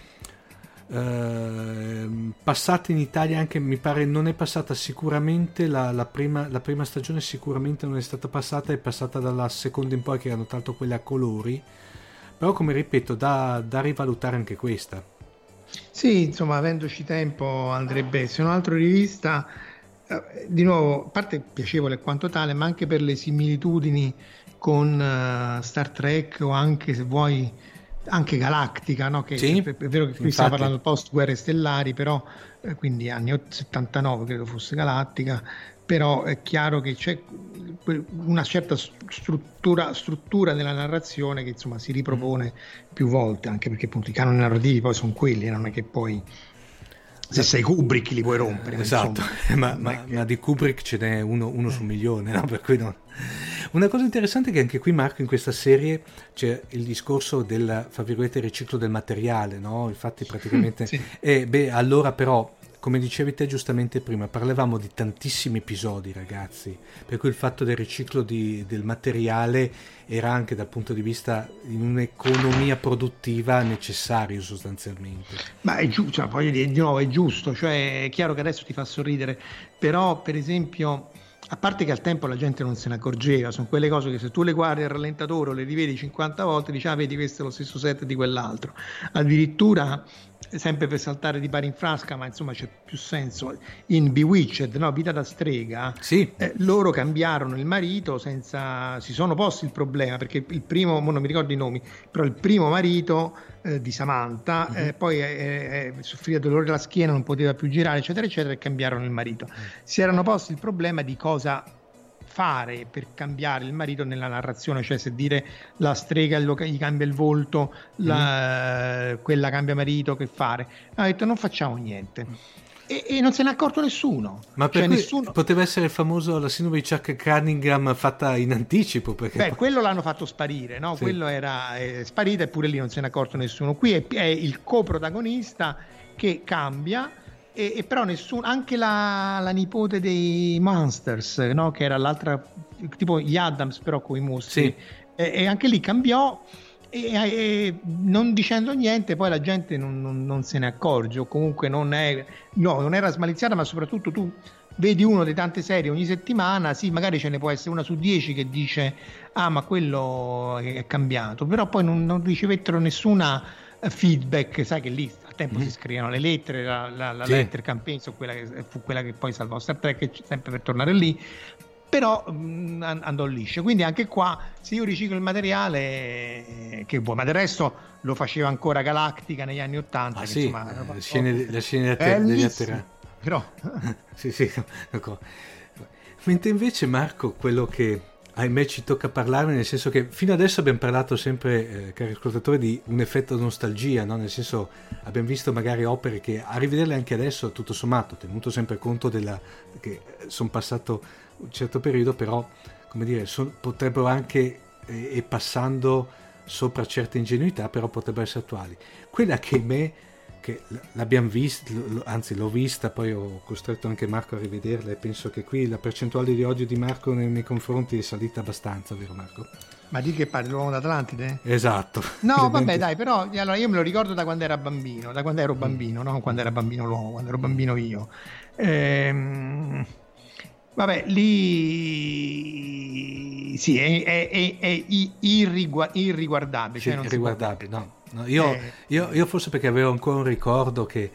Speaker 4: Uh, passata in Italia anche, mi pare non è passata sicuramente la, la, prima, la prima stagione sicuramente non è stata passata, è passata dalla seconda in poi, che erano tanto quelle a colori, però come ripeto da, da rivalutare anche questa.
Speaker 5: Sì, insomma, avendoci tempo andrebbe, se non altro rivista, eh, di nuovo, a parte piacevole quanto tale, ma anche per le similitudini con uh, Star Trek, o anche, se vuoi, anche Galattica, no? Che
Speaker 4: sì,
Speaker 5: è, è vero che qui stiamo parlando post guerre stellari, però eh, quindi anni settantanove credo fosse Galattica, però è chiaro che c'è una certa struttura, struttura della narrazione che insomma si ripropone mm. più volte, anche perché appunto i canoni narrativi poi sono quelli, non è che poi se sei Kubrick li puoi rompere.
Speaker 4: Esatto, ma, ma, che... ma di Kubrick ce n'è uno, uno su un milione, no? Per cui no. Una cosa interessante è che anche qui, Marco, in questa serie c'è il discorso del, fra virgolette, riciclo del materiale, no? Infatti praticamente sì. eh, beh, allora però, come dicevi te giustamente prima, parlavamo di tantissimi episodi, ragazzi, per cui il fatto del riciclo di, del materiale era anche dal punto di vista in un'economia produttiva necessario sostanzialmente.
Speaker 5: Ma è giusto, cioè, poi di nuovo è giusto, cioè è chiaro che adesso ti fa sorridere, però per esempio, a parte che al tempo la gente non se ne accorgeva, sono quelle cose che se tu le guardi al rallentatore o le rivedi cinquanta volte dici ah vedi questo è lo stesso set di quell'altro, addirittura sempre per saltare di pari in frasca, ma insomma c'è più senso, in Bewitched, no? Vita da strega,
Speaker 4: sì.
Speaker 5: eh, loro cambiarono il marito senza, si sono posti il problema, perché il primo, non mi ricordo i nomi, però il primo marito eh, di Samantha mm-hmm. eh, poi eh, eh, soffriva dolore alla schiena, non poteva più girare eccetera eccetera, e cambiarono il marito. Mm. Si erano posti il problema di cosa fare per cambiare il marito nella narrazione, cioè se dire la strega gli cambia il volto, la, mm. quella cambia marito, che fare? Ha detto non facciamo niente. E, e non se ne è accorto nessuno.
Speaker 4: Ma per
Speaker 5: cioè,
Speaker 4: cui
Speaker 5: nessuno... poteva
Speaker 4: essere il famoso la sindrome di Chuck Cunningham fatta in anticipo, perché
Speaker 5: beh, quello l'hanno fatto sparire, no? Sì. Quello era eh, sparito, eppure lì non se ne è accorto nessuno. Qui è, è il coprotagonista che cambia. E, e però nessuno, anche la, la nipote dei Monsters, no? Che era l'altra, tipo gli Addams però con i mostri,
Speaker 4: sì.
Speaker 5: e, e anche lì cambiò e, e non dicendo niente poi la gente non, non, non se ne accorge, o comunque non è, no, non era smaliziata, ma soprattutto tu vedi uno di tante serie ogni settimana, sì magari ce ne può essere una su dieci che dice ah ma quello è cambiato, però poi non, non ricevettero nessuna feedback, sai che lì al tempo mm. si scrivono le lettere, la, la, la sì. letter campaign su quella che fu quella che poi salvò Star Trek, sempre per tornare lì, però mh, andò liscio. Quindi anche qua se io riciclo il materiale eh, che vuoi, ma del resto lo faceva ancora Galattica negli anni ottanta,
Speaker 4: ah,
Speaker 5: che,
Speaker 4: sì.
Speaker 5: insomma,
Speaker 4: eh, le scene, le scene degli atterrati,
Speaker 5: però
Speaker 4: sì sì ecco. Mentre invece Marco, quello che ahimè ci tocca parlarne, nel senso che fino adesso abbiamo parlato sempre, eh, cari ascoltatori, di un effetto nostalgia, no? Nel senso abbiamo visto magari opere che a rivederle anche adesso tutto sommato, tenuto sempre conto della che sono passato un certo periodo, però come dire son, potrebbero anche eh, e passando sopra certe ingenuità, però potrebbero essere attuali. Quella che a me che l'abbiamo vista, anzi l'ho vista, poi ho costretto anche Marco a rivederla e penso che qui la percentuale di odio di Marco nei miei confronti è salita abbastanza, vero Marco?
Speaker 5: Ma di che parli, l'uomo d'Atlantide?
Speaker 4: Esatto.
Speaker 5: No, vabbè, dai, però allora io me lo ricordo da quando era bambino, da quando ero bambino, non quando era bambino l'uomo, quando ero bambino io. Ehm, vabbè, lì sì, è, è, è, è irrigu- irriguardabile.
Speaker 4: Sì,
Speaker 5: cioè non
Speaker 4: irriguardabile, no. no io,
Speaker 5: eh.
Speaker 4: io, io forse perché avevo ancora un ricordo che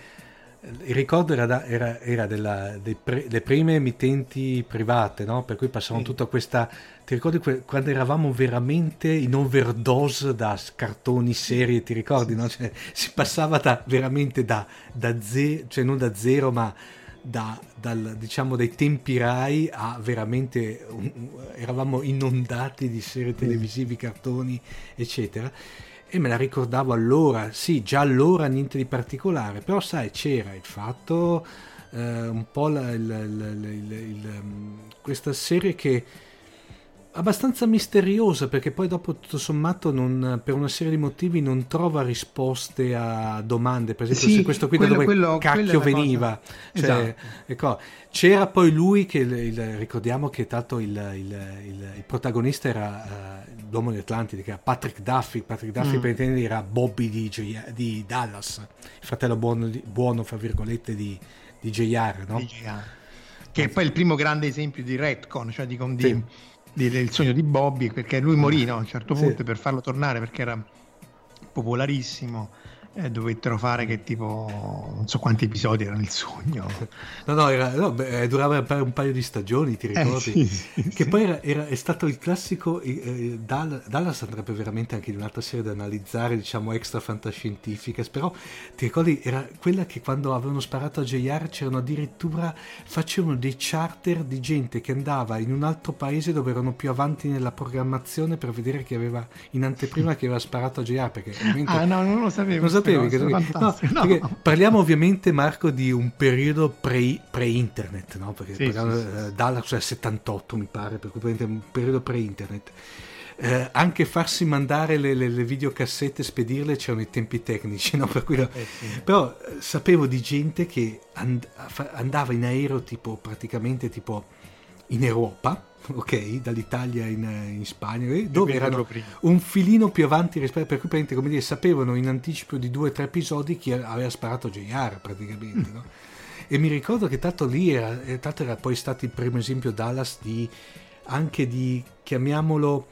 Speaker 4: il ricordo era, da, era, era della, dei pre, le prime emittenti private, no? Per cui passavano sì. tutta questa... Ti ricordi que, quando eravamo veramente in overdose da cartoni, serie, ti ricordi? Sì, no? Cioè, si passava da, veramente da, da zero, cioè non da zero, ma da, dal, diciamo dai tempi Rai a veramente... Un, eravamo inondati di serie televisive, cartoni, eccetera. E me la ricordavo allora, sì, già allora niente di particolare, però sai, c'era il fatto, eh, un po' la, il, il, il, il, questa serie che abbastanza misteriosa, perché poi dopo tutto sommato non, per una serie di motivi non trova risposte a domande, per esempio sì, se questo qui quello, da dove quello, cacchio veniva, cioè, esatto. ecco, c'era poi lui che il, il, ricordiamo che tanto il, il, il, il protagonista era uh, l'uomo di Atlantide, che era Patrick Duffy. Patrick Duffy mm. per intendere era Bobby di, J- di Dallas, il fratello buono, buono fra virgolette di, di J R, no?
Speaker 5: Di J R. Che è poi il primo grande esempio di retcon, cioè di, di, sì. di, del sogno di Bobby, perché lui morì, no? A un certo punto sì. per farlo tornare, perché era popolarissimo. Eh, dovettero fare che tipo non so quanti episodi erano il sogno.
Speaker 4: No, no, era, no beh, durava un paio di stagioni, ti ricordi? Eh, sì, sì, che sì. Poi era, era, è stato il classico. Eh, Dallas andrebbe veramente anche in un'altra serie da analizzare, diciamo extra fantascientifica. Però ti ricordi? Era quella che quando avevano sparato a J R c'erano addirittura facevano dei charter di gente che andava in un altro paese dove erano più avanti nella programmazione per vedere chi aveva in anteprima che aveva sparato a J R. Perché ovviamente,
Speaker 5: ah, no, non lo sapevo.
Speaker 4: Non sapevi che no, no. Parliamo ovviamente, Marco, di un periodo pre, pre-internet, no? Perché sì, parliamo, sì, sì. Dalla cioè settantotto mi pare, per cui un periodo pre-internet. Eh, anche farsi mandare le, le, le videocassette, spedirle, c'erano i tempi tecnici, no? Per cui, eh, sì. Però eh, sapevo di gente che and, andava in aereo tipo praticamente tipo in Europa, ok, dall'Italia in, in Spagna, dove erano un filino più avanti rispetto, per cui praticamente, come dire, sapevano in anticipo di due o tre episodi chi aveva sparato J R praticamente, no? E mi ricordo che tanto lì era, tanto era poi stato il primo esempio Dallas di anche di, chiamiamolo,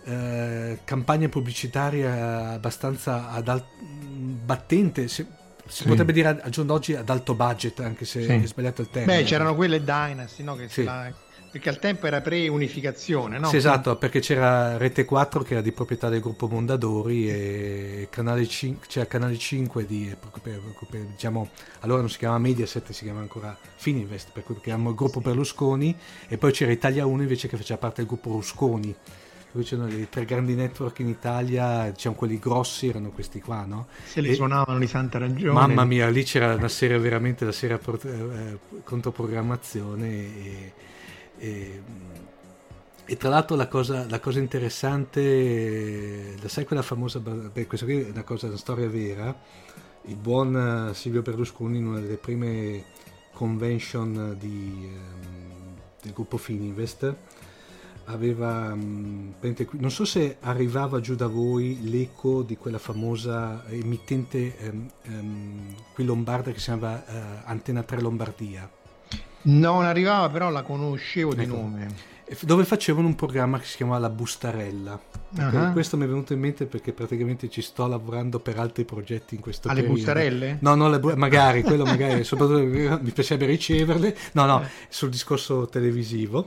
Speaker 4: eh, campagna pubblicitaria abbastanza ad al, battente, se, si sì. potrebbe dire al giorno d'oggi ad alto budget, anche se sì. è sbagliato il termine.
Speaker 5: Beh, c'erano quelle Dynasty, no? Che sì. la... perché al tempo era pre-unificazione, no?
Speaker 4: Sì, esatto, perché c'era Rete quattro che era di proprietà del gruppo Mondadori e Canale cinque, c'era Canale cinque di, per, per, diciamo, allora non si chiamava Mediaset, si chiama ancora Fininvest, per cui chiamavamo il gruppo sì. Berlusconi, e poi c'era Italia uno invece che faceva parte del gruppo Rusconi. Poi c'erano i tre grandi network in Italia, diciamo quelli grossi erano questi qua, no?
Speaker 5: Se li e, suonavano di santa ragione.
Speaker 4: Mamma mia, lì c'era una serie veramente, la serie eh, controprogrammazione e E, e tra l'altro la cosa, la cosa interessante, la sai quella famosa, beh, questa qui è una cosa, una storia vera, il buon Silvio Berlusconi in una delle prime convention di, um, del gruppo Fininvest aveva, um, non so se arrivava giù da voi l'eco di quella famosa emittente um, um, qui lombarda che si chiamava uh, Antena tre Lombardia.
Speaker 5: Non arrivava, però la conoscevo di
Speaker 4: ecco.
Speaker 5: nome.
Speaker 4: Dove facevano un programma che si chiamava La Bustarella.
Speaker 5: Uh-huh.
Speaker 4: Questo mi è venuto in mente perché praticamente ci sto lavorando per altri progetti in questo
Speaker 5: Alle
Speaker 4: periodo.
Speaker 5: bustarelle?
Speaker 4: No, no, le bu- magari, quello magari, soprattutto mi piacerebbe riceverle. No, no, eh. sul discorso televisivo.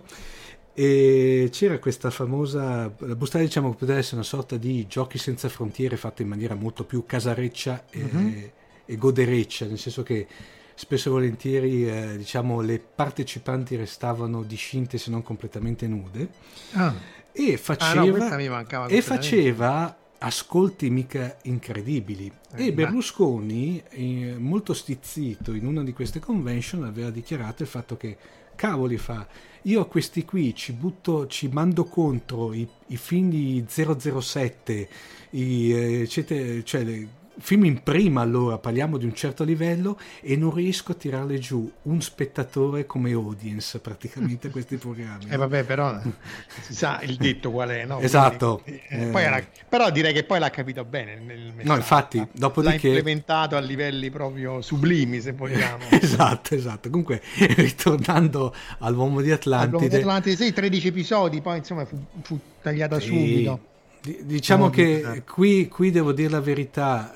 Speaker 4: E c'era questa famosa, la bustarella, diciamo che poteva essere una sorta di giochi senza frontiere fatta in maniera molto più casareccia e, uh-huh. e godereccia, nel senso che spesso e volentieri eh, diciamo le partecipanti restavano discinte se non completamente nude
Speaker 5: ah.
Speaker 4: e faceva,
Speaker 5: ah, no, mi mancava
Speaker 4: e faceva ascolti mica incredibili eh, e Berlusconi eh, molto stizzito in una di queste convention aveva dichiarato il fatto che cavoli fa io a questi qui ci butto ci mando contro i, i film di zero zero sette i, eccetera, cioè le, film in prima, allora parliamo di un certo livello, e non riesco a tirarle giù un spettatore come audience praticamente a questi programmi.
Speaker 5: Eh vabbè, però si sa il detto qual è, no?
Speaker 4: Esatto.
Speaker 5: Quindi, eh, poi era, però direi che poi l'ha capito bene nel messaggio.
Speaker 4: No, infatti, dopodiché...
Speaker 5: l'ha implementato a livelli proprio sublimi, se vogliamo.
Speaker 4: Esatto, esatto. Comunque, ritornando all'Uomo di Atlantide...
Speaker 5: All'Uomo di Atlantide, sì, tredici episodi, poi insomma fu, fu tagliata sì. subito.
Speaker 4: Diciamo che qui, qui devo dire la verità,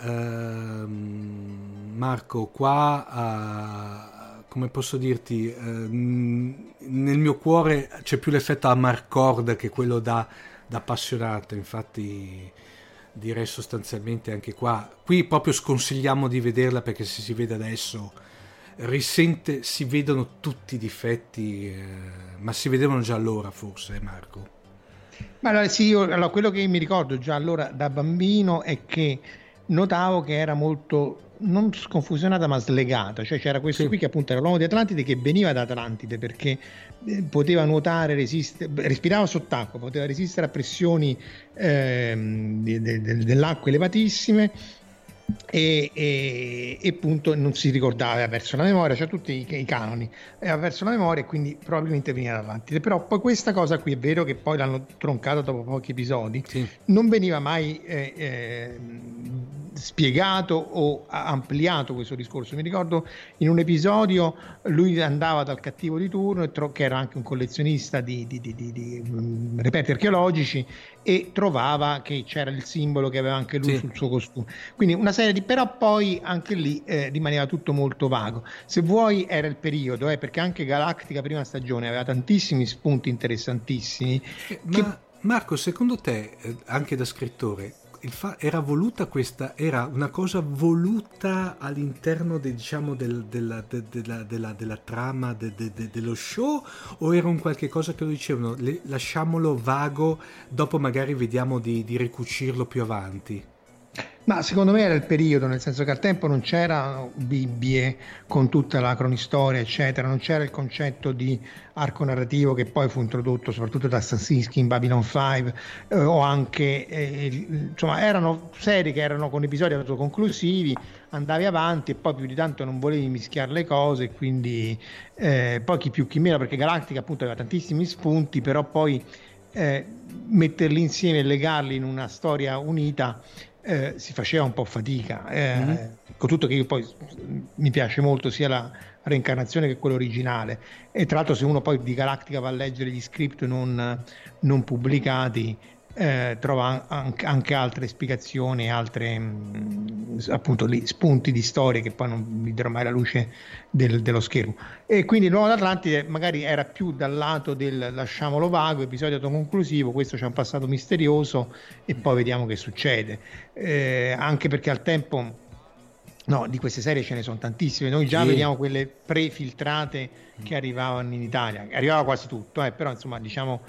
Speaker 4: ehm, Marco, qua, uh, come posso dirti, uh, nel mio cuore c'è più l'effetto Amarcord che quello da, da appassionato, infatti direi sostanzialmente anche qua, qui proprio sconsigliamo di vederla, perché se si vede adesso risente, si vedono tutti i difetti, eh, ma si vedevano già allora forse, Marco.
Speaker 5: Ma allora, sì, io, allora, quello che mi ricordo già allora da bambino è che notavo che era molto non sconfusionata ma slegata, cioè c'era questo sì. qui che appunto era l'uomo di Atlantide, che veniva da Atlantide perché eh, poteva nuotare, resistere, respirava sott'acqua, poteva resistere a pressioni eh, de, de, de, dell'acqua elevatissime. E, e, e appunto non si ricordava, aveva perso la memoria, cioè tutti i, i canoni, aveva perso la memoria e quindi probabilmente veniva da Atlantide. Però poi questa cosa qui è vero che poi l'hanno troncata dopo pochi episodi, sì. non veniva mai eh, eh, spiegato o ampliato questo discorso. Mi ricordo in un episodio lui andava dal cattivo di turno e tro- che era anche un collezionista di, di, di, di, di um, reperti archeologici, e trovava che c'era il simbolo che aveva anche lui sì. sul suo costume, quindi una serie di, però poi anche lì eh, rimaneva tutto molto vago. Se vuoi era il periodo, eh, perché anche Galactica prima stagione aveva tantissimi spunti interessantissimi.
Speaker 4: Ma che... Marco, secondo te, eh, anche da scrittore, il fa- era voluta questa, era una cosa voluta all'interno de, diciamo del, della, de, della, della, della trama de, de, de, dello show, o era un qualche cosa che lo dicevano, le, lasciamolo vago, dopo magari vediamo di, di ricucirlo più avanti?
Speaker 5: Ma secondo me era il periodo, nel senso che al tempo non c'erano Bibbie con tutta la cronistoria eccetera, non c'era il concetto di arco narrativo che poi fu introdotto soprattutto da Straczynski in Babylon cinque, eh, o anche eh, insomma erano serie che erano con episodi autoconclusivi, andavi avanti e poi più di tanto non volevi mischiare le cose, quindi eh, poi chi più chi meno, perché Galactica appunto aveva tantissimi spunti, però poi eh, metterli insieme e legarli in una storia unita Eh, si faceva un po' fatica, eh, mm-hmm. con tutto che io poi mi piace molto sia la reincarnazione che quella originale, e tra l'altro se uno poi di Galactica va a leggere gli script non, non pubblicati eh, trova anche, anche altre spiegazioni, altre mh, appunto lì, spunti di storie che poi non videro mai la luce del, dello schermo, e quindi il Nuovo d'Atlantide magari era più dal lato del lasciamolo vago, episodio autoconclusivo, questo c'è un passato misterioso e poi vediamo che succede, eh, anche perché al tempo no, di queste serie ce ne sono tantissime, noi già sì. vediamo quelle prefiltrate che arrivavano in Italia, arrivava quasi tutto, eh, però insomma diciamo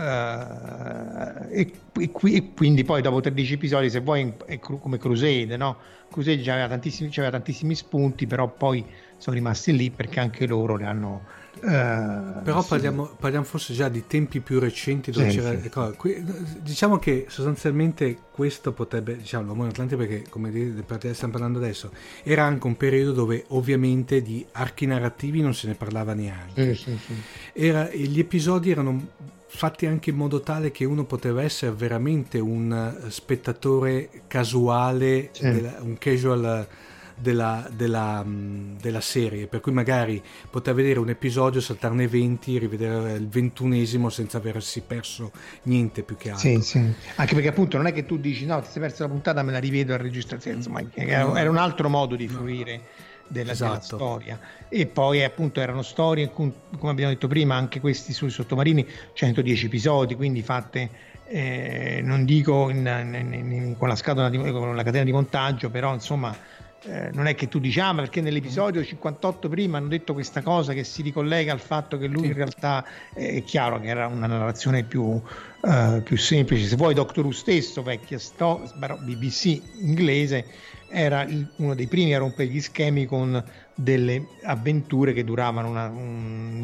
Speaker 5: Uh, e, e, e quindi poi dopo tredici episodi, se vuoi, è cru, come Crusade, no? Crusade c'aveva tantissimi, c'aveva tantissimi spunti, però poi sono rimasti lì perché anche loro li hanno uh,
Speaker 4: però parliamo, parliamo forse già di tempi più recenti dove sì, c'era, sì. Ecco, qui, diciamo che sostanzialmente questo potrebbe, diciamo, l'Uomo di Atlantide, perché come dire, stiamo parlando adesso, era anche un periodo dove ovviamente di archi narrativi non se ne parlava neanche,
Speaker 5: sì, sì, sì.
Speaker 4: Era, gli episodi erano fatti anche in modo tale che uno poteva essere veramente un spettatore casuale, sì. della, un casual della, della, della serie, per cui magari poteva vedere un episodio, saltarne venti, rivedere il ventunesimo senza aversi perso niente più che altro.
Speaker 5: Sì, sì. Anche perché appunto non è che tu dici no, ti sei perso la puntata, me la rivedo a registrazione, insomma, era un altro modo di fruire della, esatto. della storia. E poi appunto erano storie, come abbiamo detto prima, anche questi sui sottomarini, centodieci episodi, quindi fatte eh, non dico in, in, in, con la scatola di, con la catena di montaggio, però insomma eh, non è che tu dici ah ma perché nell'episodio cinquantotto prima hanno detto questa cosa che si ricollega al fatto che lui in realtà eh, è chiaro che era una narrazione più, uh, più semplice. Se vuoi Doctor Who stesso, vecchia sto, B B C inglese, era il, uno dei primi a rompere gli schemi con delle avventure che duravano una, un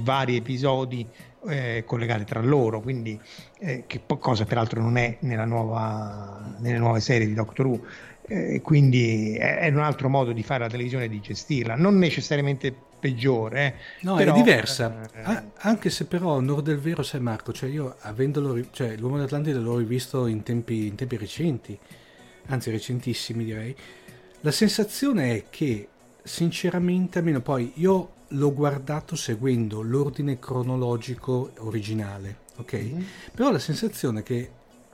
Speaker 5: vari episodi eh, collegati tra loro, quindi eh, che cosa peraltro non è nella nuova, nelle nuove serie di Doctor Who, eh, quindi è, è un altro modo di fare la televisione e di gestirla, non necessariamente peggiore, eh,
Speaker 4: no,
Speaker 5: però,
Speaker 4: è diversa,
Speaker 5: eh,
Speaker 4: ah, anche se però onor del vero, sai Marco, cioè io avendolo, cioè l'Uomo d'Atlantide l'ho rivisto in tempi, in tempi recenti, anzi recentissimi direi, la sensazione è che sinceramente, almeno poi io l'ho guardato seguendo l'ordine cronologico originale, ok? Mm-hmm. Però la sensazione è che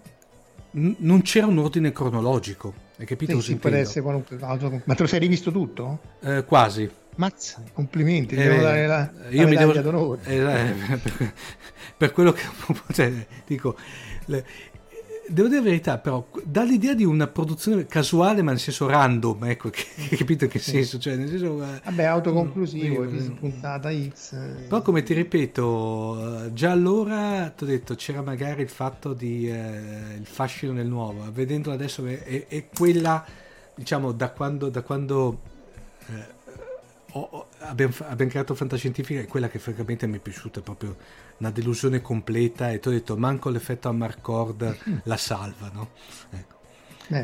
Speaker 4: n- non c'era un ordine cronologico, hai capito?
Speaker 5: Sì, sì, può essere qualunque altro. Ma te lo sei rivisto tutto?
Speaker 4: Eh, quasi.
Speaker 5: Mazza, complimenti,
Speaker 4: eh,
Speaker 5: devo dare la,
Speaker 4: io
Speaker 5: la
Speaker 4: mi devo
Speaker 5: d'onore.
Speaker 4: Eh, eh, per, per quello che cioè, dico, le, devo dire la verità, però dall'idea di una produzione casuale, ma nel senso random, ecco, che, che capito che sì. senso, cioè nel senso,
Speaker 5: vabbè, autoconclusivo, mm, puntata X.
Speaker 4: Però come ti ripeto, già allora ti ho detto c'era magari il fatto di eh, il fascino nel nuovo, vedendolo adesso è, è quella, diciamo, da quando da quando eh, ho, ho, abbiamo, abbiamo creato Fantascientifica, è quella che francamente mi è piaciuta, proprio una delusione completa, e ti ho detto manco l'effetto Amarcord mm. la salva, no? Ecco.
Speaker 5: Eh.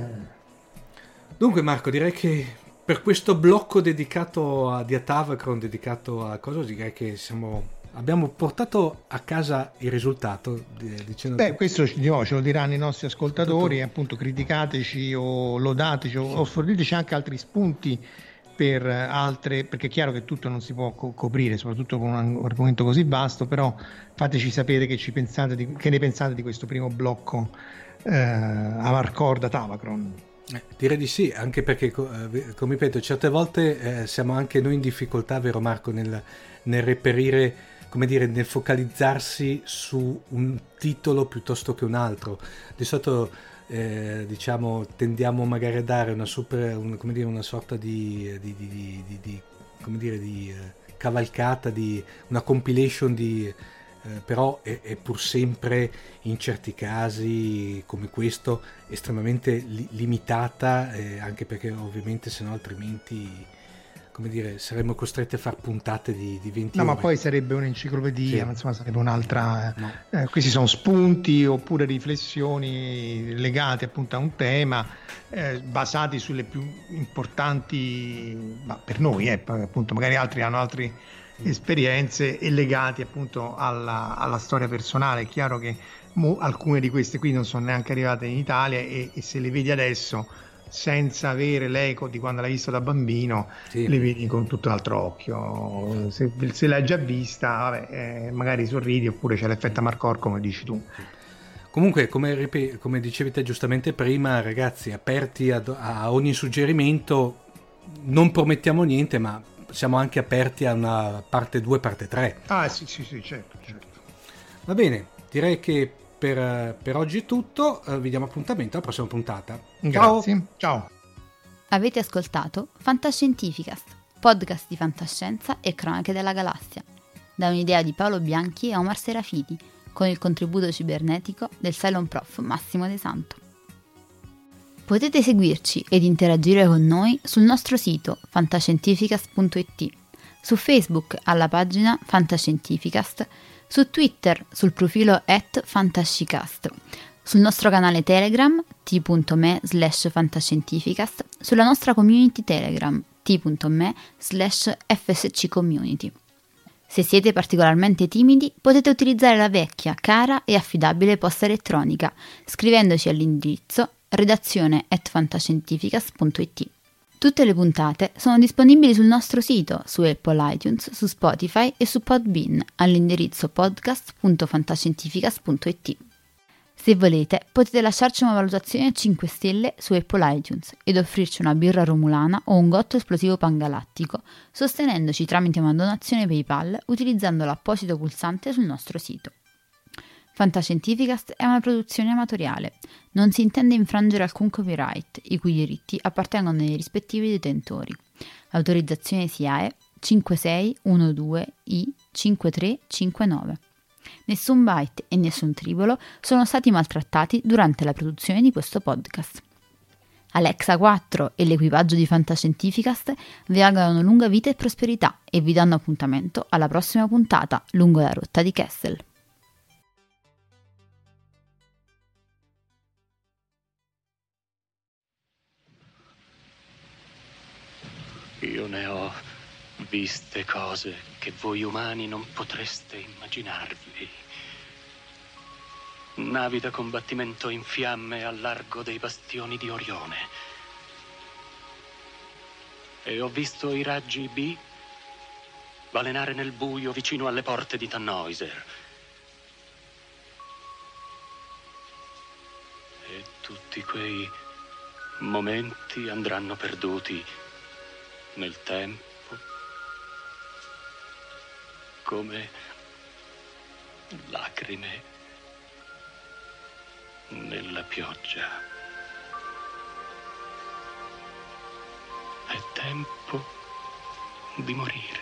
Speaker 4: Dunque Marco, direi che per questo blocco dedicato a Diatavacron, dedicato a cosa, direi che siamo abbiamo portato a casa il risultato, dicendo
Speaker 5: beh,
Speaker 4: che...
Speaker 5: questo no, ce lo diranno i nostri ascoltatori, appunto criticateci o lodateci o, o forniteci anche altri spunti per altre, perché è chiaro che tutto non si può co- coprire, soprattutto con un argomento così vasto, però fateci sapere che ci pensate di, che ne pensate di questo primo blocco eh, Amarcord Tavacron.
Speaker 4: Eh, direi di sì, anche perché eh, come ripeto, certe volte eh, siamo anche noi in difficoltà, vero Marco, nel, nel reperire, come dire, nel focalizzarsi su un titolo piuttosto che un altro. Di solito Eh, diciamo tendiamo magari a dare una super un, come dire una sorta di di, di, di, di, di come dire di eh, cavalcata, di una compilation di eh, però è, è pur sempre in certi casi come questo estremamente li, limitata, eh, anche perché ovviamente se no altrimenti come dire saremmo costretti a far puntate di, di venti
Speaker 5: no
Speaker 4: ore.
Speaker 5: Ma poi sarebbe un'enciclopedia, sì. Insomma sarebbe un'altra
Speaker 4: no.
Speaker 5: eh, questi sono spunti oppure riflessioni legate appunto a un tema, eh, basati sulle più importanti, ma per noi eh, appunto magari altri hanno altre esperienze, e legati appunto alla, alla storia personale. È chiaro che mo, alcune di queste qui non sono neanche arrivate in Italia, e, e se le vedi adesso senza avere l'eco di quando l'hai visto da bambino, sì. Le vedi con tutto l'altro occhio. Se, se l'hai già vista, vabbè, eh, magari sorridi, oppure c'è l'effetto Amarcord come dici tu.
Speaker 4: Comunque, come, come dicevi te giustamente prima, ragazzi, aperti a, a ogni suggerimento, non promettiamo niente, ma siamo anche aperti a una parte due, parte tre.
Speaker 5: Ah sì sì sì, certo, certo.
Speaker 4: Va bene, direi che Per, per oggi è tutto, eh, vi diamo appuntamento alla prossima puntata.
Speaker 5: Grazie, ciao.
Speaker 3: Ciao. Avete ascoltato Fantascientificast, podcast di fantascienza e cronache della galassia, da un'idea di Paolo Bianchi e Omar Serafiti, con il contributo cibernetico del Cylon Prof Massimo De Santo. Potete seguirci ed interagire con noi sul nostro sito fantascientificast punto it, su Facebook alla pagina Fantascientificast, su Twitter sul profilo at fantascicast, sul nostro canale Telegram t.me slash fantascientificast, sulla nostra community Telegram t.me slash fsccommunity. Se siete particolarmente timidi, potete utilizzare la vecchia, cara e affidabile posta elettronica, scrivendoci all'indirizzo redazione at fantascientificast punto it. Tutte le puntate sono disponibili sul nostro sito, su Apple iTunes, su Spotify e su Podbean all'indirizzo podcast punto fantascientificast punto it. Se volete, potete lasciarci una valutazione a cinque stelle su Apple iTunes ed offrirci una birra romulana o un gotto esplosivo pangalattico, sostenendoci tramite una donazione PayPal utilizzando l'apposito pulsante sul nostro sito. Fantascientificast è una produzione amatoriale, non si intende infrangere alcun copyright, i cui diritti appartengono ai rispettivi detentori. L'autorizzazione S I A E cinque sei uno due I cinque tre cinque nove. Nessun byte e nessun tribolo sono stati maltrattati durante la produzione di questo podcast. Alexa quattro e l'equipaggio di Fantascientificast vi augurano lunga vita e prosperità e vi danno appuntamento alla prossima puntata lungo la rotta di Kessel.
Speaker 7: Io ne ho viste cose che voi umani non potreste immaginarvi. Navi da combattimento in fiamme al largo dei bastioni di Orione. E ho visto i raggi B balenare nel buio vicino alle porte di Tannhäuser. E tutti quei momenti andranno perduti nel tempo, come lacrime nella pioggia. È tempo di morire.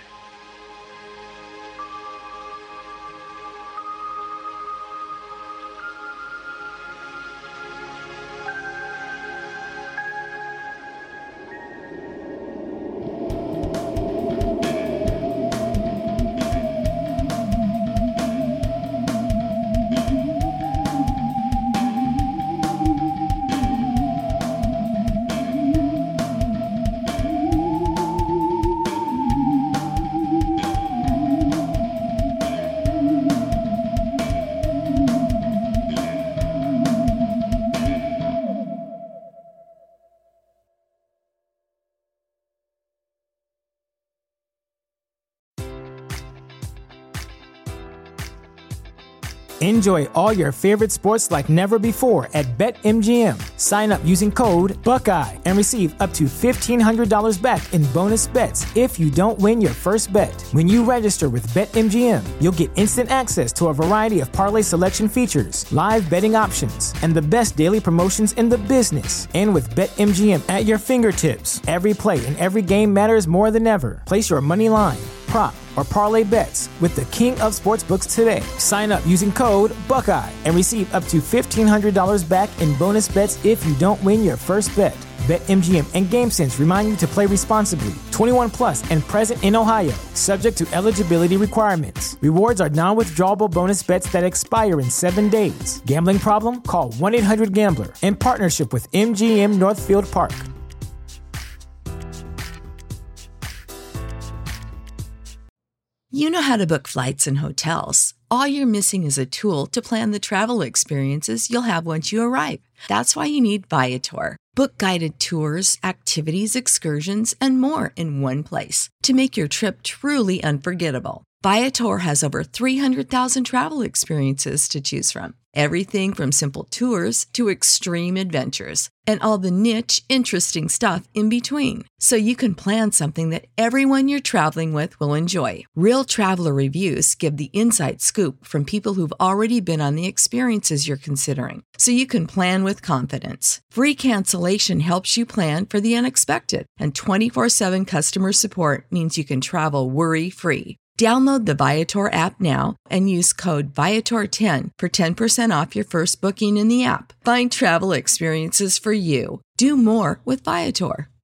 Speaker 1: Enjoy all your favorite sports like never before at BetMGM. Sign up using code Buckeye and receive up to fifteen hundred dollars back in bonus bets if you don't win your first bet. When you register with BetMGM, you'll get instant access to a variety of parlay selection features, live betting options, and the best daily promotions in the business. And with BetMGM at your fingertips, every play and every game matters more than ever. Place your money line, prop, or parlay bets with the king of sportsbooks today. Sign up using code Buckeye and receive up to fifteen hundred dollars back in bonus bets if you don't win your first bet. BetMGM and GameSense remind you to play responsibly. twenty-one plus and present in Ohio, subject to eligibility requirements. Rewards are non-withdrawable bonus bets that expire in seven days. Gambling problem? Call one eight hundred gambler in partnership with M G M Northfield Park.
Speaker 2: You know how to book flights and hotels. All you're missing is a tool to plan the travel experiences you'll have once you arrive. That's why you need Viator. Book guided tours, activities, excursions, and more in one place to make your trip truly unforgettable. Viator has over three hundred thousand travel experiences to choose from. Everything from simple tours to extreme adventures and all the niche, interesting stuff in between. So you can plan something that everyone you're traveling with will enjoy. Real traveler reviews give the inside scoop from people who've already been on the experiences you're considering. So you can plan with confidence. Free cancellation helps you plan for the unexpected. And twenty-four seven customer support means you can travel worry-free. Download the Viator app now and use code Viator ten for ten percent off your first booking in the app. Find travel experiences for you. Do more with Viator.